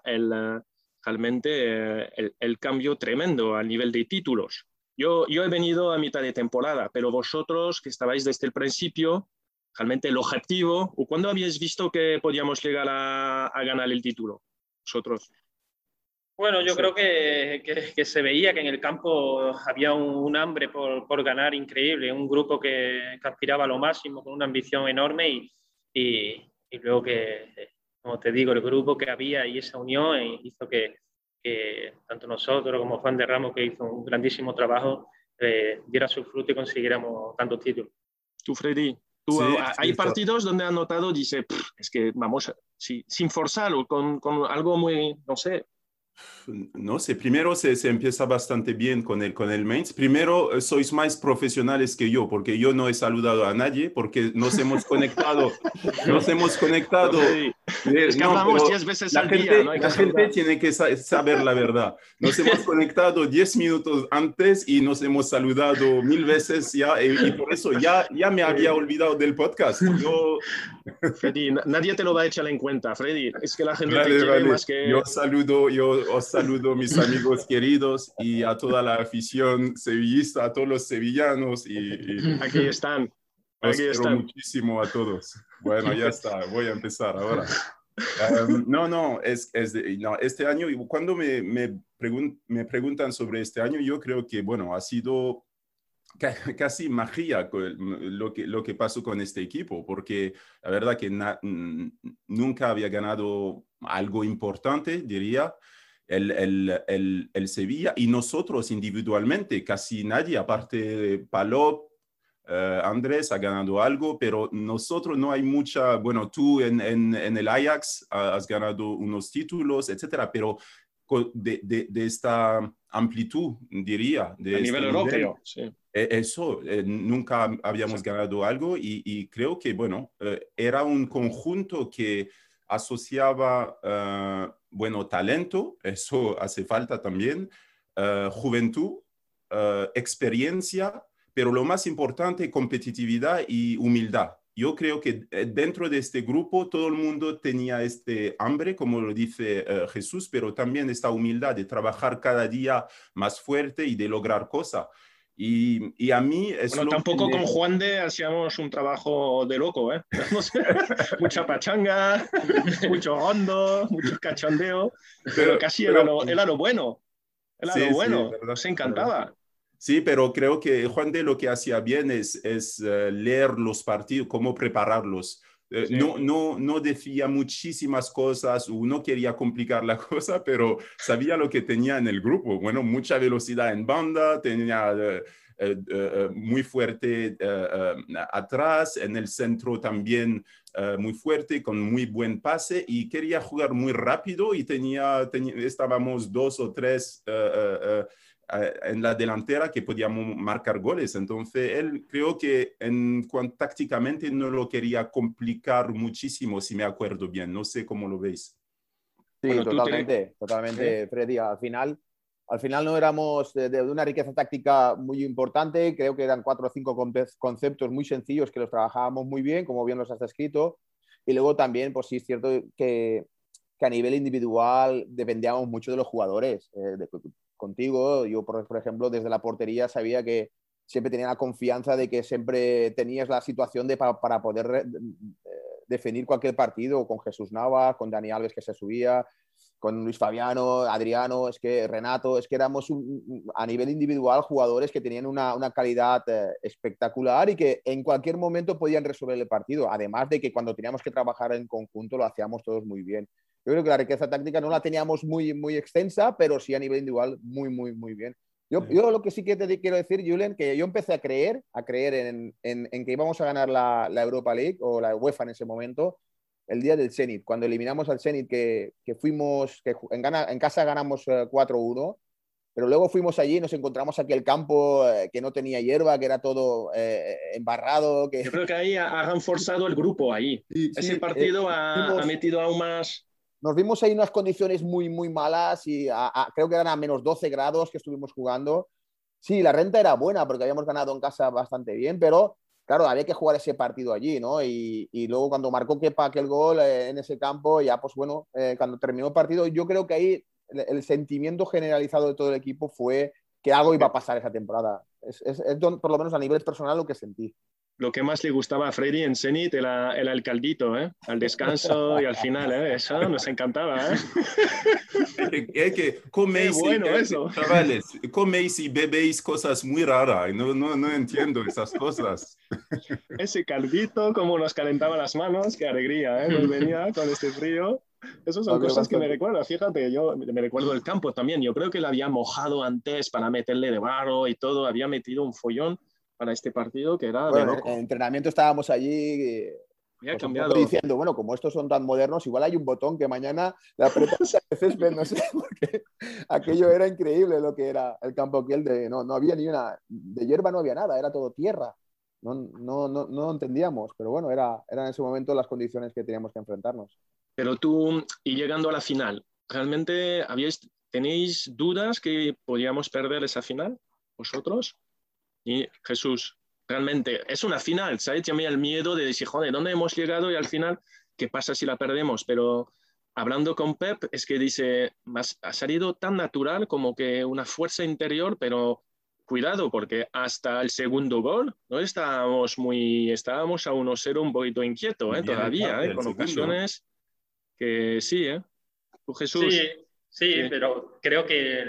realmente el cambio tremendo a nivel de títulos. Yo he venido a mitad de temporada, pero vosotros que estabais desde el principio, realmente el objetivo, ¿o cuándo habíais visto que podíamos llegar a ganar el título? Vosotros. Bueno, yo creo que se veía que en el campo había un hambre por ganar increíble, un grupo que aspiraba a lo máximo, con una ambición enorme y luego que, como te digo, el grupo que había y esa unión hizo que tanto nosotros como Juan de Ramos, que hizo un grandísimo trabajo, diera su fruto y consiguiéramos tantos títulos. Tú, Freddy, hay partidos donde has notado, dice, es que vamos, sin forzar o con algo muy, no sé. No sé, primero se empieza bastante bien con el Mainz. Primero, sois más profesionales que yo, porque yo no he saludado a nadie, porque nos hemos conectado. Es que hablamos 10 veces al día. La gente tiene que saber la verdad. Nos hemos conectado 10 minutos antes y nos hemos saludado 1000 veces ya, y por eso ya me había olvidado del podcast. Freddy, nadie te lo va a echar en cuenta, Freddy. Es que la gente te quiere más que... Yo os saludo, mis amigos queridos, y a toda la afición sevillista, a todos los sevillanos. Aquí están. Os quiero muchísimo a todos. Bueno, ya está, voy a empezar ahora. Este año, cuando me preguntan sobre este año, yo creo que, bueno, ha sido casi magia lo que pasó con este equipo, porque la verdad que nunca había ganado algo importante, diría, el Sevilla, y nosotros individualmente, casi nadie, aparte de Palop, Andrés ha ganado algo, pero nosotros no hay mucha, bueno, tú en el Ajax has ganado unos títulos, etcétera, pero de esta amplitud, diría. A nivel europeo, sí. Eso, nunca habíamos ganado algo y creo que, bueno, era un conjunto que asociaba, bueno, talento, eso hace falta también, juventud, experiencia, pero lo más importante, competitividad y humildad. Yo creo que dentro de este grupo todo el mundo tenía este hambre, como lo dice Jesús, pero también esta humildad de trabajar cada día más fuerte y de lograr cosas. Y a mí es bueno, tampoco con Juan de hacíamos un trabajo de loco, ¿eh? Mucha pachanga, mucho hondo, mucho cachondeo, pero casi era lo bueno. Era lo bueno, nos encantaba. Sí, pero creo que Juan de lo que hacía bien es leer los partidos, cómo prepararlos. Sí. No decía muchísimas cosas o no quería complicar la cosa, pero sabía lo que tenía en el grupo. Bueno, mucha velocidad en banda, tenía muy fuerte atrás, en el centro también muy fuerte, con muy buen pase, y quería jugar muy rápido y estábamos 2 o 3 en la delantera que podíamos marcar goles. Entonces él creo que tácticamente no lo quería complicar muchísimo, si me acuerdo bien. No sé cómo lo veis. Sí, Bueno, totalmente, Freddy. Al final no éramos de una riqueza táctica muy importante. Creo que eran 4 o 5 conceptos muy sencillos que los trabajábamos muy bien, como bien los has descrito. Y luego también, pues sí, es cierto que a nivel individual dependíamos mucho de los jugadores. Contigo, yo, por ejemplo, desde la portería sabía que siempre tenía la confianza de que siempre tenías la situación para poder definir cualquier partido, con Jesús Navas, con Dani Alves que se subía, con Luis Fabiano, Adriano, Renato, es que éramos a nivel individual jugadores que tenían una calidad espectacular y que en cualquier momento podían resolver el partido, además de que cuando teníamos que trabajar en conjunto lo hacíamos todos muy bien. Yo creo que la riqueza táctica no la teníamos muy, muy extensa, pero sí a nivel individual muy, muy, muy bien. Yo lo que sí que te quiero decir, Julen, que yo empecé a creer en que íbamos a ganar la Europa League o la UEFA en ese momento, el día del Zenit, cuando eliminamos al Zenit, que en casa ganamos 4-1, pero luego fuimos allí y nos encontramos aquel campo que no tenía hierba, que era todo embarrado. Yo creo que ahí han forzado el grupo ahí. Sí, ese partido ha metido aún más. Nos vimos ahí en unas condiciones muy, muy malas y creo que eran a menos 12 grados que estuvimos jugando. Sí, la renta era buena porque habíamos ganado en casa bastante bien, pero claro, había que jugar ese partido allí, ¿no? Y luego cuando marcó Kepa aquel gol en ese campo, ya pues bueno, cuando terminó el partido, yo creo que ahí el sentimiento generalizado de todo el equipo fue que algo iba a pasar esa temporada. Es por lo menos a nivel personal lo que sentí. Lo que más le gustaba a Freddy en Zenit era el caldito, ¿eh? Al descanso y al final, ¿eh? Eso nos encantaba, ¿eh? Es que coméis, bueno eso. Chavales, coméis y bebéis cosas muy raras. No entiendo esas cosas. Ese caldito, como nos calentaba las manos, qué alegría, ¿eh? Nos venía con este frío. Esas son cosas que me recuerdo. Fíjate, yo me recuerdo el campo también. Yo creo que lo había mojado antes para meterle de barro y todo. Había metido un follón para este partido que era de loco. En entrenamiento estábamos allí había cambiado. Diciendo, bueno, como estos son tan modernos, igual hay un botón que mañana le apretas a césped, no sé, porque aquello era increíble lo que era el campo aquel no había ni una, de hierba no había nada, era todo tierra. No entendíamos, pero bueno, eran en ese momento las condiciones que teníamos que enfrentarnos. Pero tú, y llegando a la final, ¿realmente tenéis dudas que podíamos perder esa final vosotros? Y Jesús, realmente es una final, ¿sabes? Tenía el miedo de decir, joder, ¿dónde hemos llegado? Y al final, ¿qué pasa si la perdemos? Pero hablando con Pep, es que dice, ha salido tan natural como que una fuerza interior, pero cuidado, porque hasta el segundo gol no estábamos a 1-0 un poquito inquieto, todavía, con ocasiones que sí, Jesús. Sí, pero creo que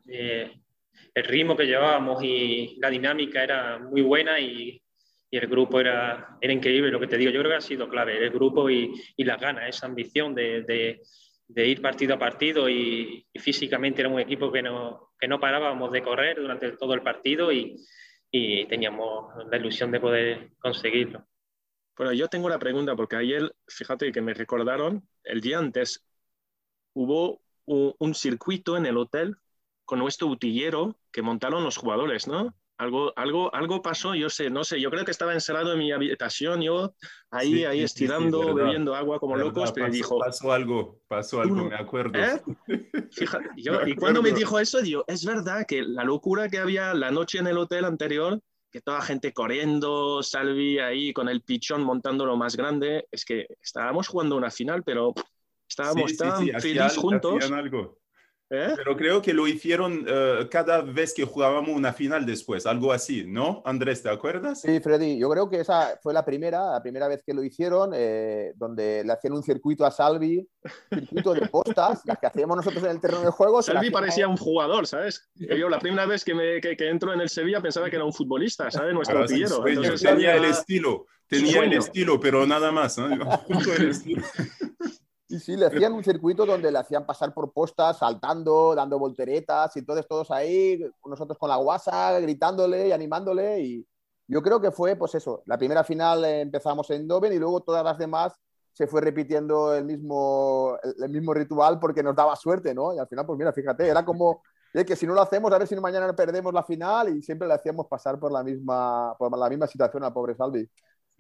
el ritmo que llevábamos y la dinámica era muy buena y el grupo era increíble, lo que te digo. Yo creo que ha sido clave el grupo y las ganas, esa ambición de ir partido a partido y físicamente era un equipo que no parábamos de correr durante todo el partido y teníamos la ilusión de poder conseguirlo. Bueno, yo tengo una pregunta porque ayer, fíjate que me recordaron, el día antes hubo un circuito en el hotel con nuestro utillero que montaron los jugadores, ¿no? Algo pasó, no sé, yo creo que estaba encerrado en mi habitación, yo ahí estirando, sí, bebiendo agua como locos, pero dijo... Pasó algo, me acuerdo. Fíjate, y cuando me dijo eso, digo, es verdad que la locura que había la noche en el hotel anterior, que toda la gente corriendo, Salvi ahí con el pichón montando lo más grande, es que estábamos jugando una final, pero estábamos tan felices juntos. Hacían algo. Pero creo que lo hicieron cada vez que jugábamos una final después, algo así, ¿no? Andrés, ¿te acuerdas? Sí, Freddy, yo creo que esa fue la primera vez que lo hicieron, donde le hacían un circuito a Salvi, circuito de postas, las que hacíamos nosotros en el terreno de juego. Salvi parecía un jugador, ¿sabes? Yo la primera vez que entro en el Sevilla pensaba que era un futbolista, ¿sabes? Nuestro artillero. Entonces, tenía el estilo, pero nada más, ¿no? Justo el estilo. Y sí, le hacían un circuito donde le hacían pasar por postas, saltando, dando volteretas, y entonces todos ahí, nosotros con la guasa, gritándole y animándole. Y yo creo que fue, pues eso, la primera final empezamos en Eindhoven y luego todas las demás se fue repitiendo el mismo ritual porque nos daba suerte, ¿no? Y al final, pues mira, fíjate, era como que si no lo hacemos, a ver si mañana perdemos la final y siempre le hacíamos pasar por la misma situación al pobre Salvi.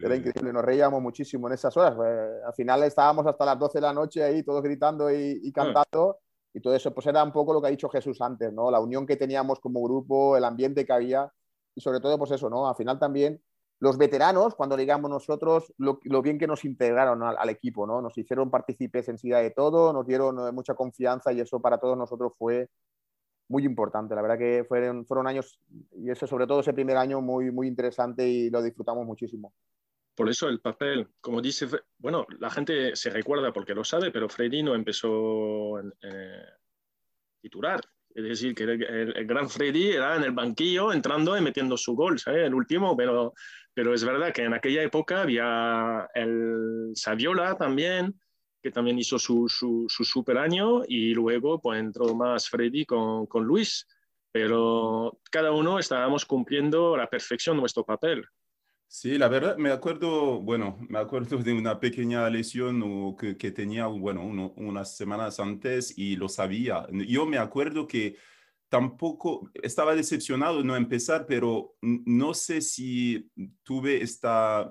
Era increíble, nos reíamos muchísimo en esas horas. Al final estábamos hasta las 12 de la noche ahí, todos gritando y cantando. Y todo eso pues era un poco lo que ha dicho Jesús antes, ¿no? La unión que teníamos como grupo, el ambiente que había. Y sobre todo, pues eso, ¿no? Al final también los veteranos, cuando digamos nosotros, lo bien que nos integraron al equipo, ¿no? Nos hicieron partícipes enseguida de todo, nos dieron mucha confianza y eso para todos nosotros fue muy importante. La verdad que fueron años, y eso sobre todo ese primer año, muy, muy interesante y lo disfrutamos muchísimo. Por eso el papel, como dice, bueno, la gente se recuerda porque lo sabe, pero Freddy no empezó titular. Es decir, que el gran Freddy era en el banquillo entrando y metiendo su gol, ¿sabes? El último, pero es verdad que en aquella época había el Saviola también, que también hizo su super año, y luego pues entró más Freddy con Luis. Pero cada uno estábamos cumpliendo a la perfección nuestro papel. Sí, la verdad, me acuerdo de una pequeña lesión que tenía, bueno, unas semanas antes y lo sabía. Yo me acuerdo que tampoco estaba decepcionado de no empezar, pero no sé si tuve esta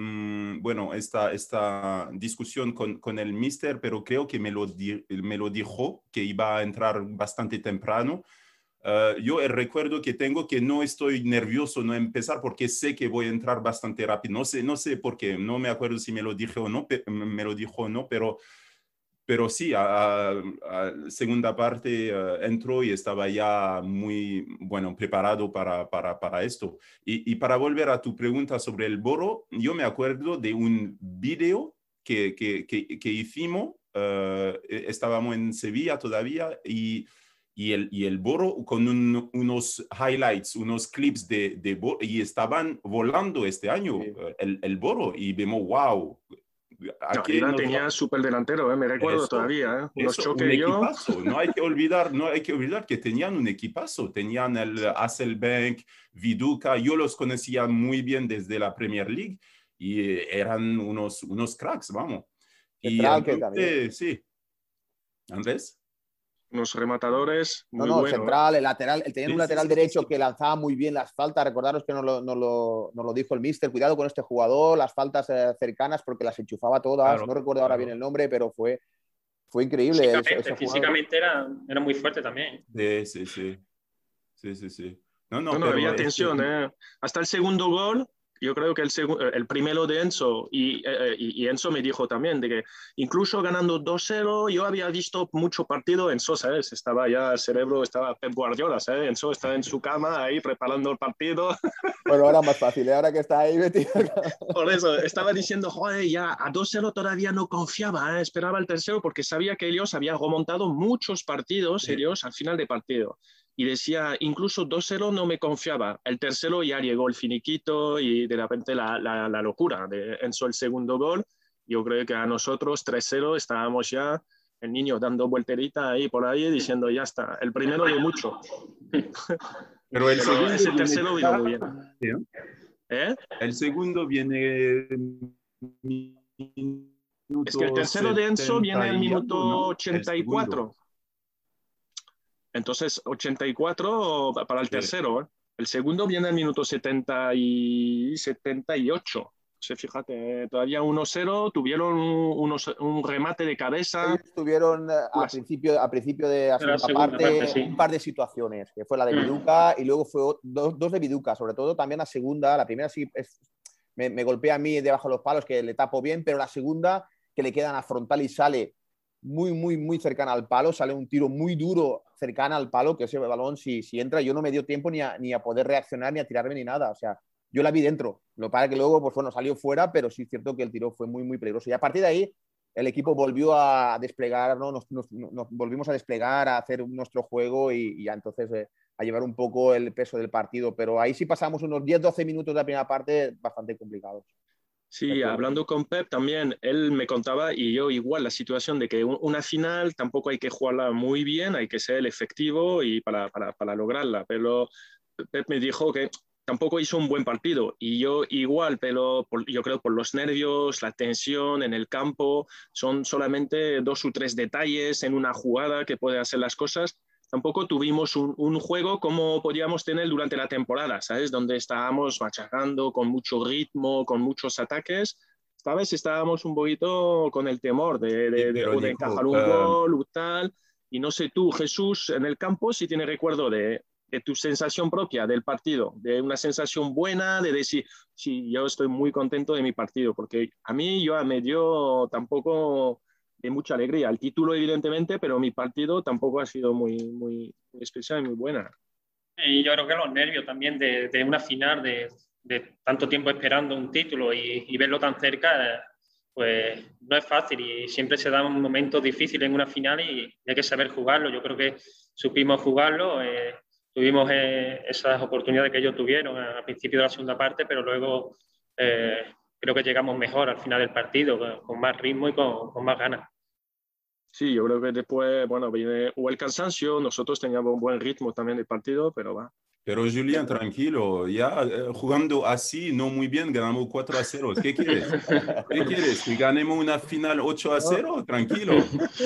discusión con el míster, pero creo que me lo dijo, que iba a entrar bastante temprano. Yo el recuerdo que tengo que no estoy nervioso no empezar porque sé que voy a entrar bastante rápido. No sé por qué, no me acuerdo si me lo dijo o no, pero sí, a segunda parte entró y estaba ya muy, bueno, preparado para esto. Y para volver a tu pregunta sobre el Boro, yo me acuerdo de un video que hicimos, estábamos en Sevilla todavía y el Boro con unos highlights, unos clips de Boro, y estaban volando este año Sí. el Boro, y vemos, wow. Aquí la tenía súper delantero, me recuerdo todavía. Unos choques un equipazo. No hay que olvidar que tenían un equipazo. Tenían el Hasselbank, Viduka, yo los conocía muy bien desde la Premier League y eran unos cracks, vamos. Central, que también. Sí. ¿Andrés? Unos rematadores muy buenos. buenos. Central, el lateral, tenían un lateral derecho que lanzaba muy bien las faltas. Recordaros que nos lo dijo el míster, cuidado con este jugador, las faltas cercanas porque las enchufaba todas. Claro, no recuerdo ahora bien el nombre, pero fue increíble. Físicamente era muy fuerte también. Sí. No, había tensión. Hasta el segundo gol. Yo creo que el primero de Enzo y Enzo me dijo también de que incluso ganando 2-0 yo había visto mucho partido. Enzo, ¿sabes? Estaba ya el cerebro, estaba Pep Guardiola, ¿sabes? Enzo está en su cama ahí preparando el partido. Bueno, ahora más fácil, ahora que está ahí metido. Por eso, estaba diciendo, joder, ya a 2-0 todavía no confiaba, esperaba el tercero porque sabía que ellos habían remontado muchos partidos, ellos, al final de partido. Y decía, incluso 2-0 no me confiaba. El tercero ya llegó el finiquito y de repente la locura de Enzo el segundo gol. Yo creo que a nosotros 3-0 estábamos ya, el niño dando vuelterita ahí por ahí diciendo, ya está, el primero de mucho. Pero ese tercero vino muy bien. El segundo viene... Es que el tercero de Enzo viene al minuto 84. Entonces, 84 para el tercero. El segundo viene al minuto 78. Fíjate, todavía 1-0, tuvieron un remate de cabeza. Ellos tuvieron a principio de la segunda parte sí, un par de situaciones, que fue la de Viduka y luego fue dos de Viduka, sobre todo también la segunda. La primera sí me golpea a mí debajo de los palos, que le tapo bien, pero la segunda, que le quedan a frontal y sale muy cercana al palo, sale un tiro muy duro cercana al palo, que ese balón si entra, yo no me dio tiempo ni a poder reaccionar, ni a tirarme ni nada, o sea, yo la vi dentro, lo que pasa es que luego, pues bueno, salió fuera, pero sí es cierto que el tiro fue muy peligroso, y a partir de ahí el equipo volvió a desplegar, ¿no? Nos volvimos a desplegar, a hacer nuestro juego y ya entonces a llevar un poco el peso del partido, pero ahí sí pasamos unos 10-12 minutos de la primera parte bastante complicados. Sí, hablando con Pep también, él me contaba y yo igual la situación de que una final tampoco hay que jugarla muy bien, hay que ser efectivo y para lograrla, pero Pep me dijo que tampoco hizo un buen partido y yo igual, pero yo creo por los nervios, la tensión en el campo, son solamente 2 o 3 detalles en una jugada que puede hacer las cosas, tampoco tuvimos un juego como podíamos tener durante la temporada, ¿sabes? Donde estábamos machacando con mucho ritmo, con muchos ataques. Esta vez estábamos un poquito con el temor Pero de Nico, encajar un gol o tal. Y no sé tú, Jesús, en el campo, si tienes recuerdo de tu sensación propia del partido, de una sensación buena, de decir, sí, yo estoy muy contento de mi partido, porque a mí yo me dio tampoco de mucha alegría. El título, evidentemente, pero mi partido tampoco ha sido muy especial y muy buena. Y yo creo que los nervios también de una final, de tanto tiempo esperando un título y verlo tan cerca, pues no es fácil y siempre se dan momentos difíciles en una final y hay que saber jugarlo. Yo creo que supimos jugarlo, tuvimos esas oportunidades que ellos tuvieron al principio de la segunda parte, pero luego creo que llegamos mejor al final del partido, con más ritmo y con más ganas. Sí, yo creo que después, bueno, hubo el cansancio, nosotros teníamos un buen ritmo también del partido, pero va. Pero Julián, tranquilo, ya jugando así, no muy bien, ganamos 4-0. ¿Qué quieres? ¿Qué quieres? ¿Que ganemos una final 8-0? Tranquilo.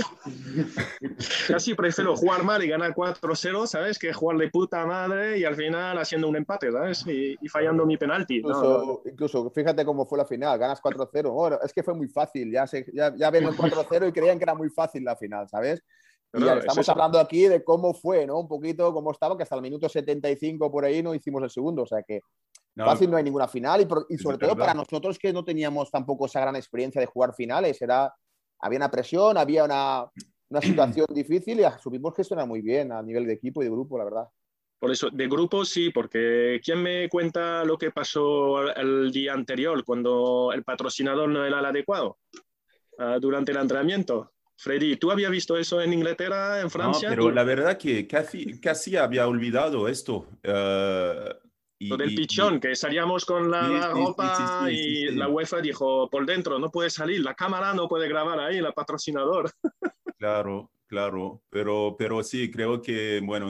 Casi prefiero jugar mal y ganar 4-0, ¿sabes? Que jugar de puta madre y al final haciendo un empate, ¿sabes? Y fallando mi penalti. Incluso, fíjate cómo fue la final, ganas 4-0. Bueno, es que fue muy fácil, ya ven el 4-0 y creían que era muy fácil la final, ¿sabes? Y ya estamos hablando aquí de cómo fue, ¿no? Un poquito cómo estaba, que hasta el minuto 75 por ahí no hicimos el segundo. O sea que fácil no hay ninguna final. Y sobre todo para nosotros que no teníamos tampoco esa gran experiencia de jugar finales. Había una presión, había una situación difícil y supimos gestionar muy bien a nivel de equipo y de grupo, la verdad. Por eso, de grupo sí, porque ¿quién me cuenta lo que pasó el día anterior cuando el patrocinador no era el adecuado durante el entrenamiento? Freddy, ¿tú habías visto eso en Inglaterra, en Francia? No, pero la verdad que casi había olvidado esto. Lo del pichón, que salíamos con la ropa y la UEFA dijo, por dentro no puede salir, la cámara no puede grabar ahí, el patrocinador. Claro, pero sí, creo que, bueno,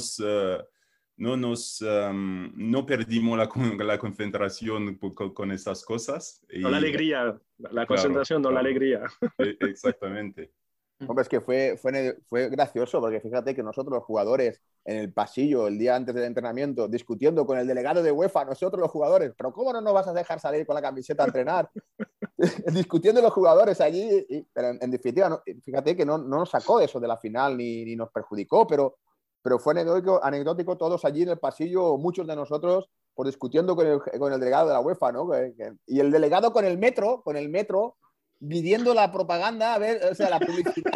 no perdimos la concentración con estas cosas. No la alegría, la concentración, no la alegría. Exactamente. Hombre, es que fue gracioso, porque fíjate que nosotros los jugadores en el pasillo el día antes del entrenamiento discutiendo con el delegado de UEFA, nosotros los jugadores, pero ¿cómo no nos vas a dejar salir con la camiseta a entrenar? Discutiendo los jugadores allí, pero en definitiva, no, fíjate que no nos sacó eso de la final ni nos perjudicó, pero fue anecdótico todos allí en el pasillo, muchos de nosotros, por discutiendo con el delegado de la UEFA, ¿no? Y el delegado con el metro, midiendo la propaganda, a ver, o sea, la publicidad,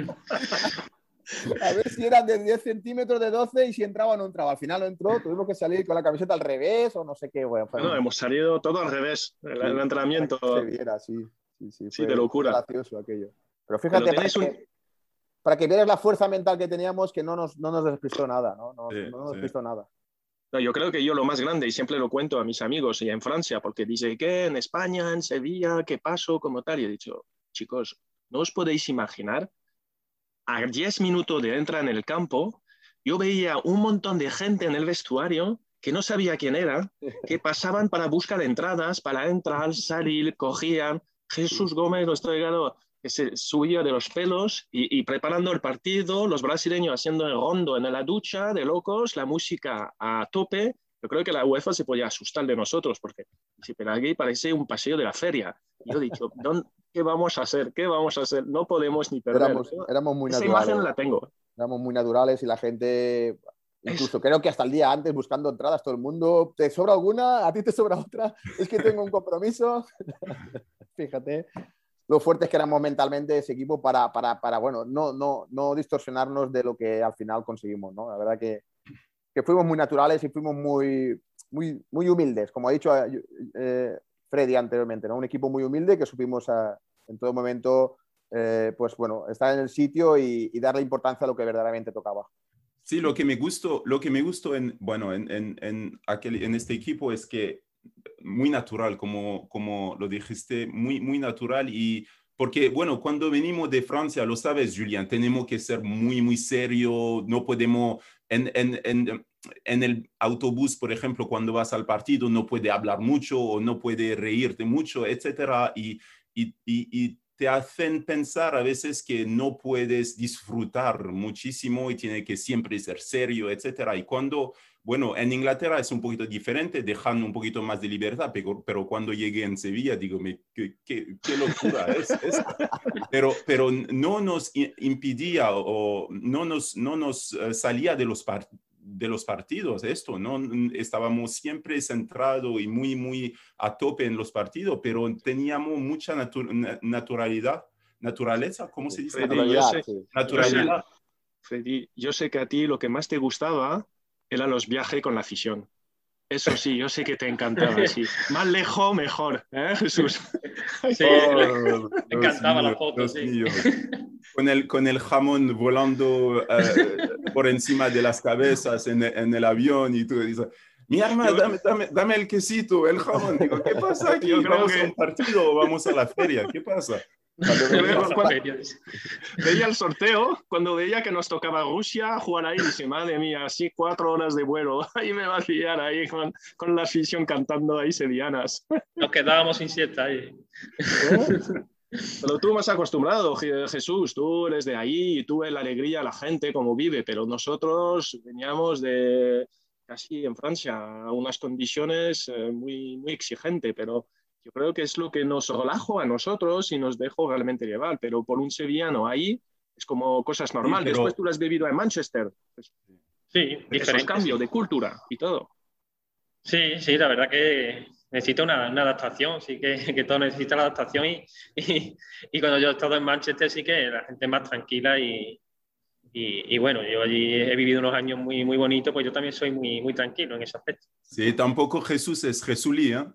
a ver si eran de 10 centímetros, de 12 y si entraba o no entraba. Al final no entró, tuvimos que salir con la camiseta al revés o no sé qué. Bueno, no, hemos salido todo al revés, el entrenamiento. Sí, de locura. Gracioso aquello. Pero fíjate, para que vieras la fuerza mental que teníamos, que no nos despistó nada, ¿no? No nos despistó nada. No, yo creo que yo lo más grande, y siempre lo cuento a mis amigos y en Francia, porque dice que en España, en Sevilla, ¿qué pasó? Como tal, y he dicho, chicos, no os podéis imaginar, a 10 minutos de entrar en el campo, yo veía un montón de gente en el vestuario que no sabía quién era, que pasaban para buscar entradas, para entrar, salir, cogían. Jesús Gómez, nuestro delegado, que se subía de los pelos y preparando el partido, los brasileños haciendo el rondo en la ducha de locos, la música a tope. Yo creo que la UEFA se podía asustar de nosotros porque si pero aquí parece un paseo de la feria. Y yo he dicho, ¿qué vamos a hacer? ¿Qué vamos a hacer? No podemos ni perder. Éramos muy Esa naturales. imagen la tengo. Éramos muy naturales y la gente, incluso creo que hasta el día antes buscando entradas, todo el mundo, ¿te sobra alguna? ¿A ti te sobra otra? Es que tengo un compromiso. Fíjate lo fuertes que éramos mentalmente ese equipo para bueno, no distorsionarnos de lo que al final conseguimos, ¿no? La verdad que fuimos muy naturales y fuimos muy humildes, como ha dicho Freddy anteriormente, ¿no? Un equipo muy humilde que supimos en todo momento, pues bueno, estar en el sitio y darle importancia a lo que verdaderamente tocaba. Sí, lo que me gustó en este equipo es que muy natural, como lo dijiste, muy natural y porque, bueno, cuando venimos de Francia, lo sabes, Julián, tenemos que ser muy serio, no podemos, en el autobús, por ejemplo, cuando vas al partido, no puede hablar mucho o no puede reírte mucho, etcétera, y te hacen pensar a veces que no puedes disfrutar muchísimo y tiene que siempre ser serio, etcétera. Y cuando, bueno, en Inglaterra es un poquito diferente, dejan un poquito más de libertad, pero cuando llegué en Sevilla, digo, qué locura es esto. Pero no nos impedía o no nos salía de los partidos esto, ¿no? Estábamos siempre centrados y muy a tope en los partidos, pero teníamos mucha naturaleza, ¿cómo se dice? Naturalidad. Freddy, yo sé que a ti lo que más te gustaba eran los viajes con la afición. Eso sí, yo sé que te encantaba, sí. Más lejos, mejor, ¿eh, Jesús? Sí, me encantaba la foto, sí. Con el jamón volando por encima de las cabezas en el avión y tú dices, mi hermano, dame el quesito, el jamón. Digo, ¿qué pasa aquí? ¿Vamos a un partido o vamos a la feria? ¿Qué pasa? Veía el sorteo, cuando veía que nos tocaba Rusia, jugar ahí, dice, madre mía, así 4 horas de vuelo, ahí me va a pillar ahí con la afición cantando ahí sevillanas. Nos quedábamos sin siesta ahí. Pero tú más acostumbrado, Jesús, tú eres de ahí y tú ves la alegría, la gente, cómo vive, pero nosotros veníamos de casi en Francia a unas condiciones muy exigentes, pero yo creo que es lo que nos relajó a nosotros y nos dejó realmente llevar, pero por un sevillano ahí es como cosas normales. Sí, pero... Después tú lo has vivido en Manchester. Sí, diferente. Cambio de cultura y todo. Sí, la verdad que necesita una adaptación, sí que todo necesita la adaptación y cuando yo he estado en Manchester sí que la gente es más tranquila y bueno, yo allí he vivido unos años muy bonitos, pues yo también soy muy tranquilo en ese aspecto. Sí, tampoco Jesús es Jesulí, ¿eh?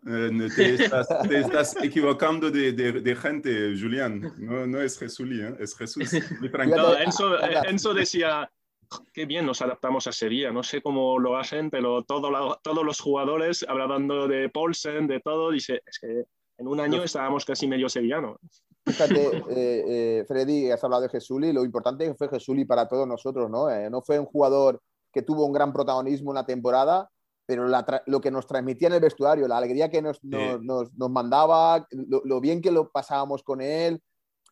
Te estás equivocando de gente, Julián. No es Jesulí, ¿eh? Es Jesús. Muy tranquilo. Enzo decía, qué bien nos adaptamos a Sevilla. No sé cómo lo hacen, pero todos los jugadores, hablando de Paulsen, de todo, dice, es que en un año estábamos casi medio sevillanos. Fíjate, Freddy, has hablado de Jesuli, lo importante que fue Jesuli para todos nosotros, ¿no? No fue un jugador que tuvo un gran protagonismo en la temporada, pero lo que nos transmitía en el vestuario, la alegría que nos mandaba, lo bien que lo pasábamos con él,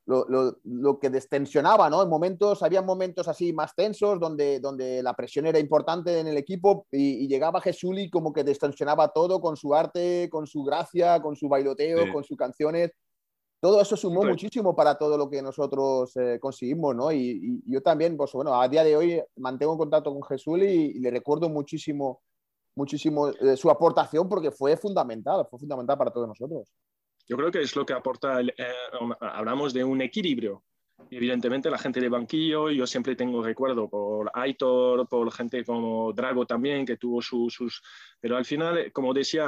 lo que destensionaba, ¿no? Había momentos así más tensos donde la presión era importante en el equipo y llegaba Jesuli como que destensionaba todo con su arte, con su gracia, con su bailoteo, con sus canciones. Todo eso sumó muchísimo para todo lo que nosotros conseguimos, ¿no? Y yo también, pues bueno, a día de hoy mantengo contacto con Jesús y le recuerdo muchísimo su aportación porque fue fundamental para todos nosotros. Yo creo que es lo que aporta, hablamos de un equilibrio. Evidentemente la gente de banquillo, yo siempre tengo recuerdo por Aitor, por gente como Drago también, que tuvo sus... Pero al final, como decía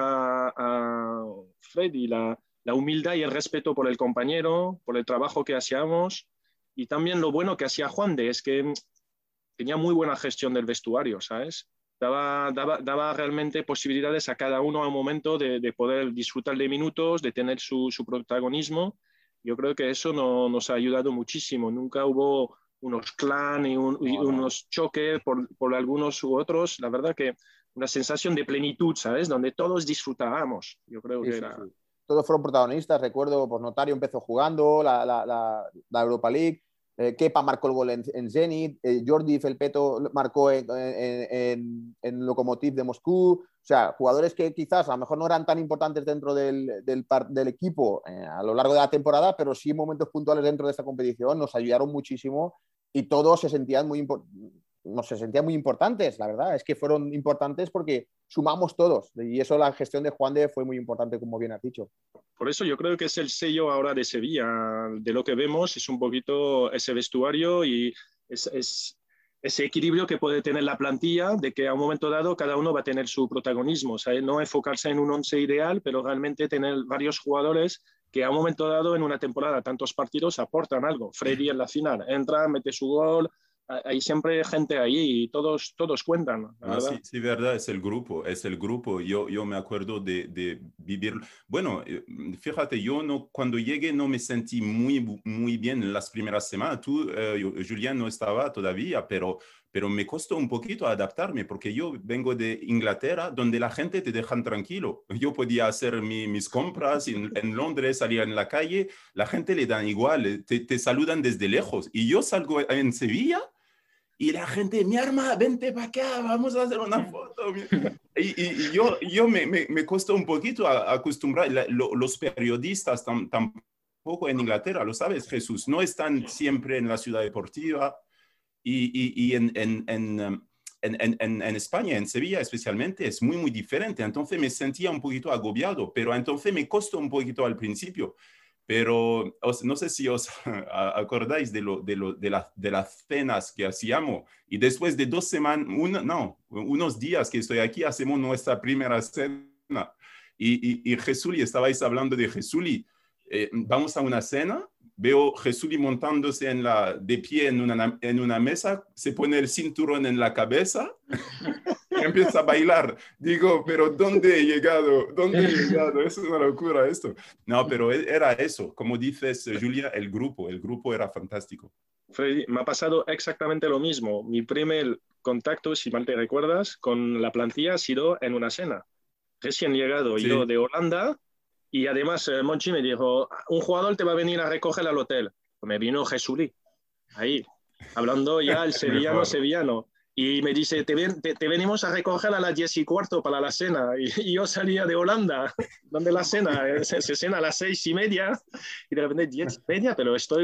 Freddy, la humildad y el respeto por el compañero, por el trabajo que hacíamos y también lo bueno que hacía Juan de es que tenía muy buena gestión del vestuario, ¿sabes? Daba realmente posibilidades a cada uno a un momento de poder disfrutar de minutos, de tener su protagonismo. Yo creo que eso nos ha ayudado muchísimo. Nunca hubo unos clans y unos choques por algunos u otros. La verdad que una sensación de plenitud, ¿sabes? Donde todos disfrutábamos. Yo creo que era... Sí. Todos fueron protagonistas, recuerdo, pues Notario empezó jugando la Europa League, Kepa marcó el gol en Zenit, Jordi Felpeto marcó en Lokomotiv de Moscú, o sea, jugadores que quizás a lo mejor no eran tan importantes dentro del equipo a lo largo de la temporada, pero sí en momentos puntuales dentro de esta competición nos ayudaron muchísimo y todos se sentían muy importantes, la verdad, es que fueron importantes porque sumamos todos y eso la gestión de Juan de fue muy importante, como bien has dicho. Por eso yo creo que es el sello ahora de Sevilla, de lo que vemos es un poquito ese vestuario y ese equilibrio que puede tener la plantilla, de que a un momento dado cada uno va a tener su protagonismo, o sea, no enfocarse en un once ideal, pero realmente tener varios jugadores que a un momento dado en una temporada, tantos partidos, aportan algo. Freddy en la final entra, mete su gol, hay siempre gente ahí y todos cuentan. Sí, verdad, es el grupo. Yo me acuerdo de vivir. Bueno, fíjate, cuando llegué no me sentí muy bien en las primeras semanas. Tú, Julián, no estaba todavía, pero pero me costó un poquito adaptarme porque yo vengo de Inglaterra, donde la gente te dejan tranquilo. Yo podía hacer mis compras en Londres, salía en la calle, la gente le dan igual, te saludan desde lejos. Y yo salgo en Sevilla y la gente, mi arma, vente para acá, vamos a hacer una foto. Y yo me costó un poquito acostumbrar. Los periodistas tampoco en Inglaterra, lo sabes, Jesús, no están siempre en la ciudad deportiva. Y en España, en Sevilla especialmente, es muy, muy diferente. Entonces me sentía un poquito agobiado, pero entonces me costó un poquito al principio. Pero no sé si os acordáis de las cenas que hacíamos. Y después de 2 semanas, unos días que estoy aquí, hacemos nuestra primera cena. Y Jesuli, estabais hablando de Jesuli. Vamos a una cena. Veo Jesuli montándose de pie en una mesa, se pone el cinturón en la cabeza y empieza a bailar. Digo, pero ¿dónde he llegado? ¿Dónde he llegado? Es una locura esto. No, pero era eso. Como dices, Julia, el grupo era fantástico. Freddy, me ha pasado exactamente lo mismo. Mi primer contacto, si mal te recuerdas, con la plantilla ha sido en una cena. Recién llegado yo de Holanda. Y además, Monchi me dijo, un jugador te va a venir a recoger al hotel. Me vino Jesuli, ahí, hablando ya el sevillano. Y me dice, te venimos a recoger a las 10:15 para la cena. Y yo salía de Holanda, donde la cena, se cena a las 6:30. Y de repente, 10:30, pero estoy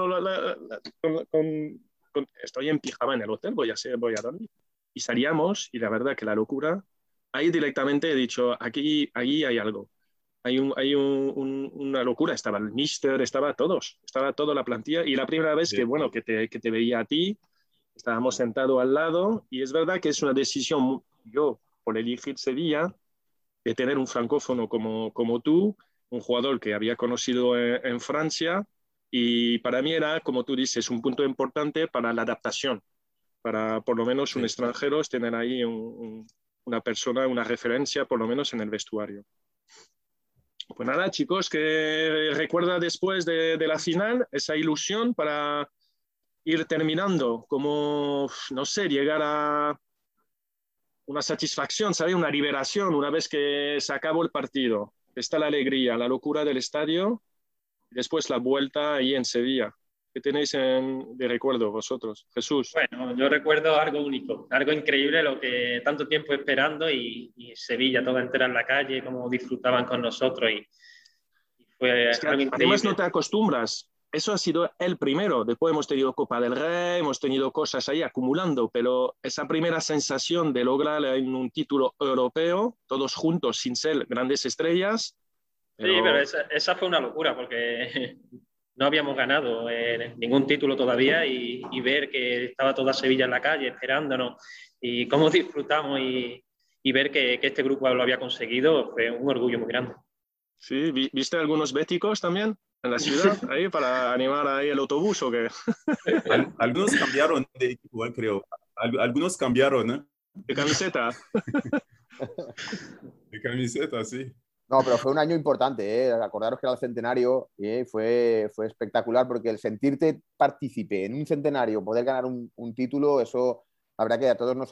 estoy en pijama en el hotel, voy a dormir. Y salíamos, y la verdad que la locura, ahí directamente he dicho, aquí hay algo. Hay una locura, estaba el míster, estaba toda la plantilla, y la primera vez que te veía a ti, estábamos sentados al lado, y es verdad que es una decisión, yo, por elegir Sevilla, de tener un francófono como tú, un jugador que había conocido en Francia, y para mí era, como tú dices, un punto importante para la adaptación, para por lo menos un extranjero tener ahí una persona, una referencia, por lo menos en el vestuario. Pues nada, chicos, que recuerda después de la final esa ilusión para ir terminando, como, no sé, llegar a una satisfacción, ¿sabes? Una liberación una vez que se acabó el partido. Está la alegría, la locura del estadio, y después la vuelta ahí en Sevilla. ¿Qué tenéis de recuerdo vosotros? Jesús. Bueno, yo recuerdo algo único, algo increíble, lo que tanto tiempo esperando, y Sevilla toda entera en la calle, cómo disfrutaban con nosotros, y fue es que algo increíble. Además no te acostumbras. Eso ha sido el primero. Después hemos tenido Copa del Rey, hemos tenido cosas ahí acumulando, pero esa primera sensación de lograr un título europeo, todos juntos, sin ser grandes estrellas. Pero... Sí, pero esa fue una locura, porque no habíamos ganado ningún título todavía, y ver que estaba toda Sevilla en la calle esperándonos, y cómo disfrutamos, y ver que este grupo lo había conseguido, fue un orgullo muy grande. Sí, ¿viste algunos béticos también en la ciudad ahí para animar ahí el autobús o qué? Algunos cambiaron de equipo, creo. Algunos cambiaron, ¿eh? De camiseta. De camiseta, sí. No, pero fue un año importante, ¿eh? Acordaros que era el centenario, fue espectacular, porque el sentirte partícipe en un centenario, poder ganar un título, eso la verdad que a todos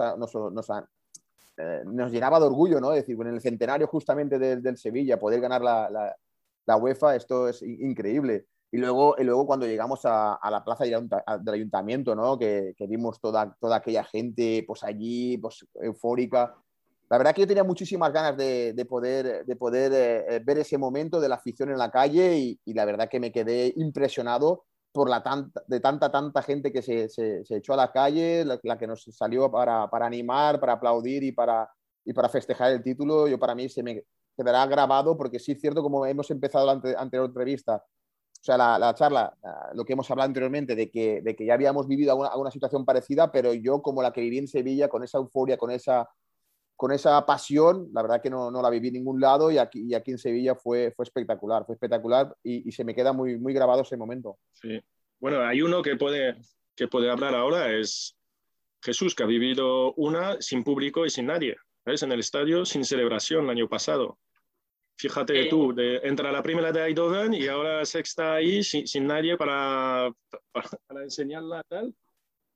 nos llenaba de orgullo, ¿no? Es decir, en el centenario justamente del Sevilla, poder ganar la UEFA, esto es increíble. Y luego cuando llegamos a la plaza del ayuntamiento, ¿no? Que vimos toda aquella gente pues allí, pues eufórica. La verdad que yo tenía muchísimas ganas de poder ver ese momento de la afición en la calle, y la verdad que me quedé impresionado por tanta gente que se echó a la calle, la que nos salió para animar, para aplaudir y para festejar el título. Para mí se me quedará grabado, porque sí es cierto, como hemos empezado la anterior entrevista, o sea, la charla, lo que hemos hablado anteriormente, de que ya habíamos vivido alguna situación parecida, pero yo, como la que viví en Sevilla, con esa euforia, con esa pasión, la verdad que no la viví en ningún lado, y aquí en Sevilla fue espectacular, y se me queda muy, muy grabado ese momento. Sí. Bueno, hay uno que puede hablar ahora, es Jesús, que ha vivido una sin público y sin nadie, ¿ves? En el estadio, sin celebración el año pasado. Fíjate tú, entra la primera de Eindhoven y ahora sexta ahí sin nadie para enseñarla tal.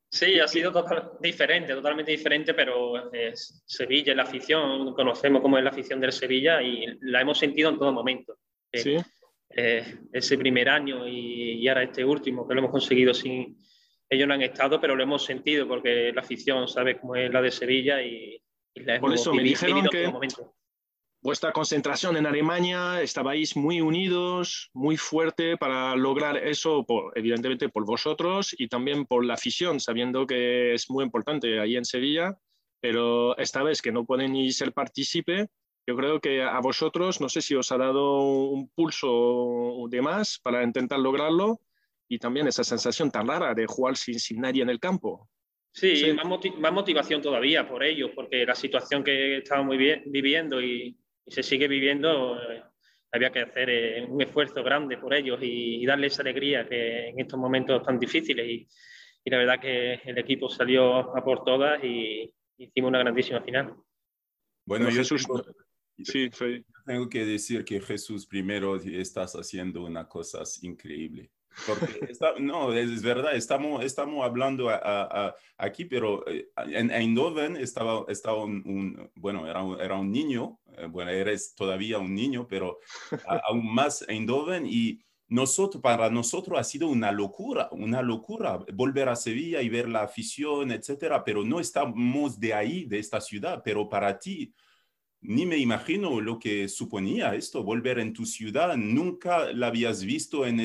Sí, ha sido totalmente diferente, pero Sevilla, la afición, conocemos cómo es la afición del Sevilla y la hemos sentido en todo momento. Sí. Ese primer año y ahora este último, que lo hemos conseguido sin... Ellos no han estado, pero lo hemos sentido porque la afición sabe cómo es la de Sevilla y la hemos Por eso me dijeron vivido que en todo momento. Vuestra concentración en Alemania, estabais muy unidos, muy fuerte para lograr eso, evidentemente por vosotros y también por la afición, sabiendo que es muy importante ahí en Sevilla, pero esta vez que no pueden ni ser partícipe, yo creo que a vosotros, no sé si os ha dado un pulso de más para intentar lograrlo y también esa sensación tan rara de jugar sin nadie en el campo. Sí, más motivación todavía por ellos, porque la situación que estábamos viviendo y se sigue viviendo, había que hacer un esfuerzo grande por ellos y darles esa alegría que en estos momentos tan difíciles. Y la verdad que el equipo salió a por todas y hicimos una grandísima final. Bueno, Jesús, tengo que decir que Jesús, primero estás haciendo una cosa increíble. Porque no, es verdad, estamos hablando aquí, pero en Eindhoven estaba bueno, era un niño, bueno, eres todavía un niño, pero aún más Eindhoven y para nosotros ha sido una locura volver a Sevilla y ver la afición, etcétera, pero no estamos de ahí, de esta ciudad, pero para ti, ni me imagino lo que suponía esto, volver en tu ciudad, nunca la habías visto en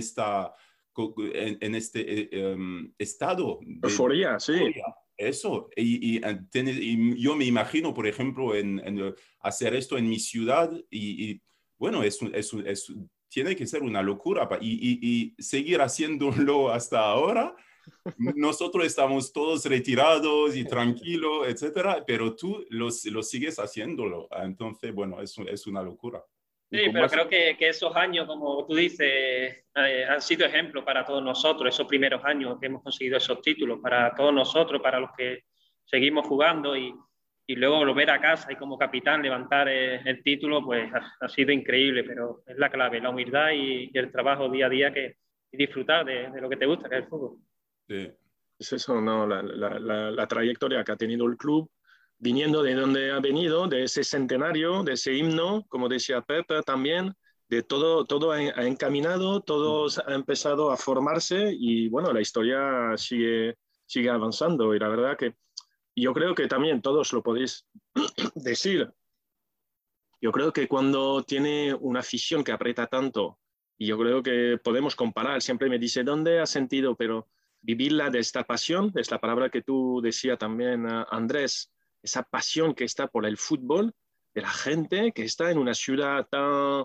este estado de euforia, sí. Eso, y yo me imagino, por ejemplo, en hacer esto en mi ciudad y bueno, tiene que ser una locura y seguir haciéndolo hasta ahora. Nosotros estamos todos retirados y tranquilos, etcétera, pero tú lo sigues haciéndolo. Entonces, bueno, es una locura. Sí, pero creo que esos años, como tú dices, han sido ejemplos para todos nosotros, esos primeros años que hemos conseguido esos títulos, para todos nosotros, para los que seguimos jugando y luego volver a casa y como capitán levantar el título, pues ha sido increíble, pero es la clave, la humildad y el trabajo día a día y disfrutar de lo que te gusta, que es el fútbol. Sí. Es eso, ¿no? La trayectoria que ha tenido el club, viniendo de donde ha venido, de ese centenario, de ese himno, como decía Pepe también, de todo ha encaminado, todo ha empezado a formarse y bueno, la historia sigue avanzando y la verdad que yo creo que también todos lo podéis decir. Yo creo que cuando tiene una afición que aprieta tanto, y yo creo que podemos comparar, siempre me dice, ¿dónde has sentido? Pero vivirla de esta pasión, es la palabra que tú decías también, Andrés, esa pasión que está por el fútbol, de la gente que está en una ciudad tan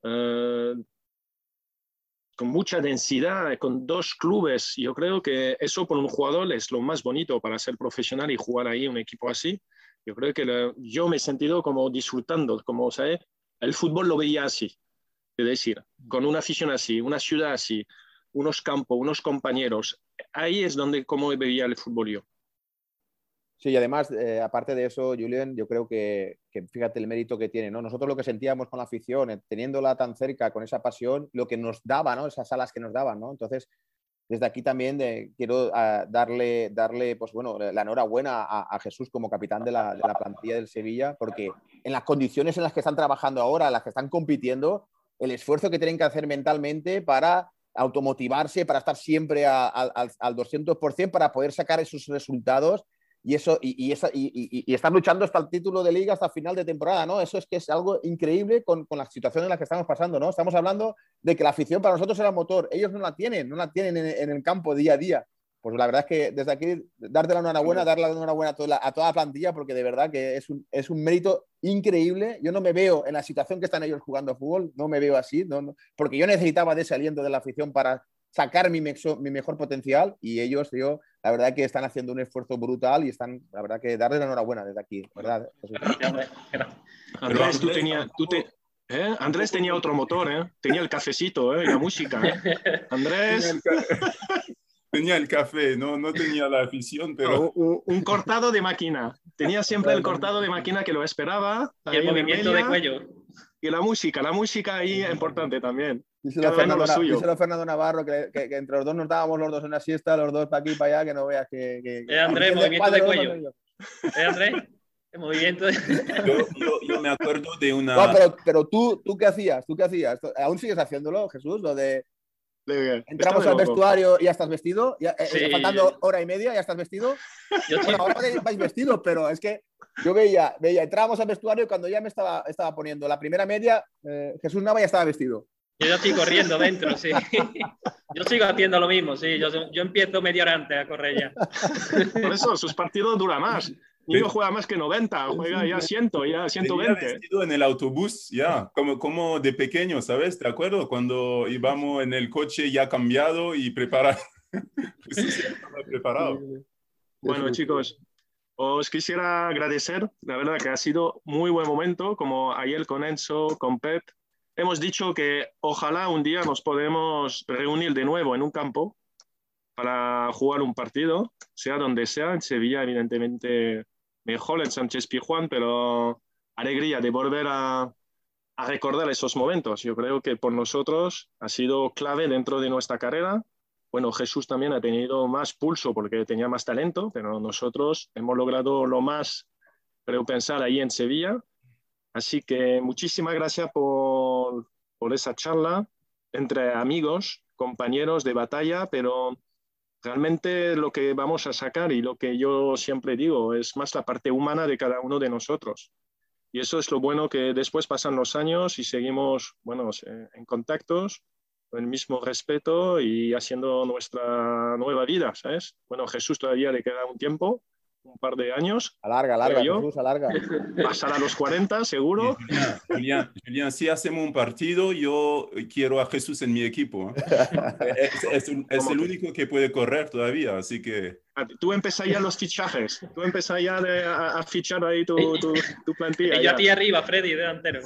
con mucha densidad, con 2 clubes. Yo creo que eso por un jugador es lo más bonito para ser profesional y jugar ahí un equipo así. Yo creo que yo me he sentido como disfrutando, como, ¿sabes? El fútbol lo veía así, es decir, con una afición así, una ciudad así, unos campos, unos compañeros. Ahí es donde como veía el fútbol yo. Sí, y además, aparte de eso, Julián, yo creo que fíjate el mérito que tiene, ¿no? Nosotros lo que sentíamos con la afición, teniéndola tan cerca, con esa pasión, lo que nos daba, ¿no? Esas alas que nos daban, ¿no? Entonces, desde aquí también quiero darle, pues bueno, la enhorabuena a Jesús como capitán de la plantilla del Sevilla, porque en las condiciones en las que están trabajando ahora, en las que están compitiendo, el esfuerzo que tienen que hacer mentalmente para automotivarse, para estar siempre al 200%, para poder sacar esos resultados. Y están luchando hasta el título de liga, hasta el final de temporada, ¿no? Eso es que es algo increíble con la situación en la que estamos pasando, ¿no? Estamos hablando de que la afición para nosotros era motor. Ellos no la tienen en el campo día a día. Pues la verdad es que desde aquí, darle la enhorabuena a toda la plantilla, porque de verdad que es un mérito increíble. Yo no me veo en la situación que están ellos jugando fútbol, no me veo así, no, porque yo necesitaba de ese aliento de la afición para sacar mi mejor potencial y ellos, la verdad que están haciendo un esfuerzo brutal y están, la verdad que darle la enhorabuena desde aquí, ¿verdad? Andrés, Andrés tenía otro motor, tenía el cafecito, y la música. Andrés. Tenía el café, no tenía la afición, pero... Un cortado de máquina. Tenía siempre el cortado de máquina que lo esperaba. Y el movimiento de cuello. Y la música ahí es importante también. Díselo a Fernando Navarro, que entre los dos nos dábamos los dos una siesta, los dos para aquí y para allá, que no veas que Andrés, movimiento de cuello. Andrés, el movimiento de... yo me acuerdo de una... No, pero tú ¿qué hacías? ¿Tú qué hacías? ¿Aún sigues haciéndolo, Jesús? Lo de... Entramos al vestuario y ya estás vestido, sí. Faltando hora y media, ya estás vestido. Bueno, ahora vais vestido, pero es que yo veía, entrábamos al vestuario y cuando ya me estaba poniendo la primera media, Jesús Nava ya estaba vestido. Yo ya estoy corriendo dentro, sí. Yo sigo haciendo lo mismo, sí. Yo empiezo media hora antes a correr ya. Por eso, sus partidos duran más. Niño juega más que 90, juega ya 100, ya 120. Venía vestido en el autobús, ya, como de pequeño, ¿sabes? ¿Te acuerdas? Cuando íbamos en el coche ya cambiado y preparado. Sí, estaba preparado. Bueno, chicos, os quisiera agradecer. La verdad que ha sido muy buen momento, como ayer con Enzo, con Pep. Hemos dicho que ojalá un día nos podemos reunir de nuevo en un campo para jugar un partido, sea donde sea, en Sevilla, evidentemente mejor en Sánchez Pizjuán, pero alegría de volver a recordar esos momentos. Yo creo que por nosotros ha sido clave dentro de nuestra carrera. Bueno, Jesús también ha tenido más pulso porque tenía más talento, pero nosotros hemos logrado lo más, creo, pensar ahí en Sevilla. Así que muchísimas gracias por esa charla entre amigos, compañeros de batalla, pero realmente lo que vamos a sacar y lo que yo siempre digo es más la parte humana de cada uno de nosotros. Y eso es lo bueno, que después pasan los años y seguimos, bueno, en contactos, con el mismo respeto y haciendo nuestra nueva vida, ¿sabes? Bueno, Jesús todavía le queda un tiempo, un par de años. Alarga, Jesús, alarga. Pasar a los 40, seguro. Julián, si hacemos un partido, yo quiero a Jesús en mi equipo. Es el único que puede correr todavía, así que... Tú empiezas ya los fichajes. Tú empiezas ya a fichar ahí tu plantilla. Y yo a ti arriba, Freddy, delantero.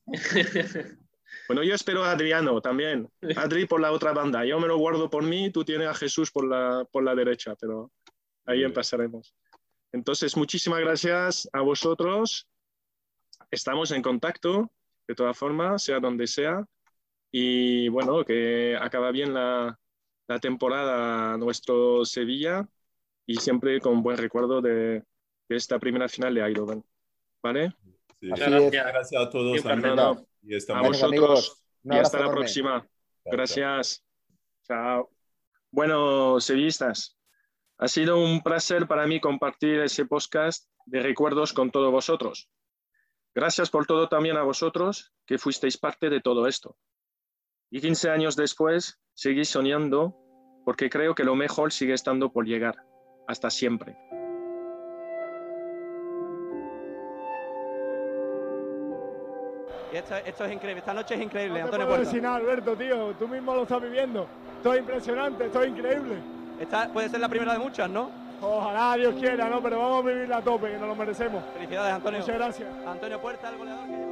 Bueno, yo espero a Adriano también. Adri por la otra banda. Yo me lo guardo por mí, tú tienes a Jesús por la derecha, pero ahí empezaremos. Entonces, muchísimas gracias a vosotros. Estamos en contacto, de todas formas, sea donde sea. Y bueno, que acaba bien la temporada nuestro Sevilla y siempre con buen recuerdo de esta primera final de Eindhoven. ¿Vale? Sí. Gracias a todos. A vosotros. Y hasta la próxima. Gracias. Chao. Bueno, sevillistas. Ha sido un placer para mí compartir ese podcast de recuerdos con todos vosotros. Gracias por todo también a vosotros que fuisteis parte de todo esto. Y 15 años después, seguís soñando porque creo que lo mejor sigue estando por llegar. Hasta siempre. Y esto es increíble. Esta noche es increíble, no Antonio Puerta. No te puedo decir nada, Alberto, tío. Tú mismo lo estás viviendo. Esto es impresionante, esto es increíble. Esta puede ser la primera de muchas, ¿no? Ojalá Dios quiera, ¿no? Pero vamos a vivirla a tope, que nos lo merecemos. Felicidades, Antonio. Muchas gracias. Antonio Puerta, el goleador que...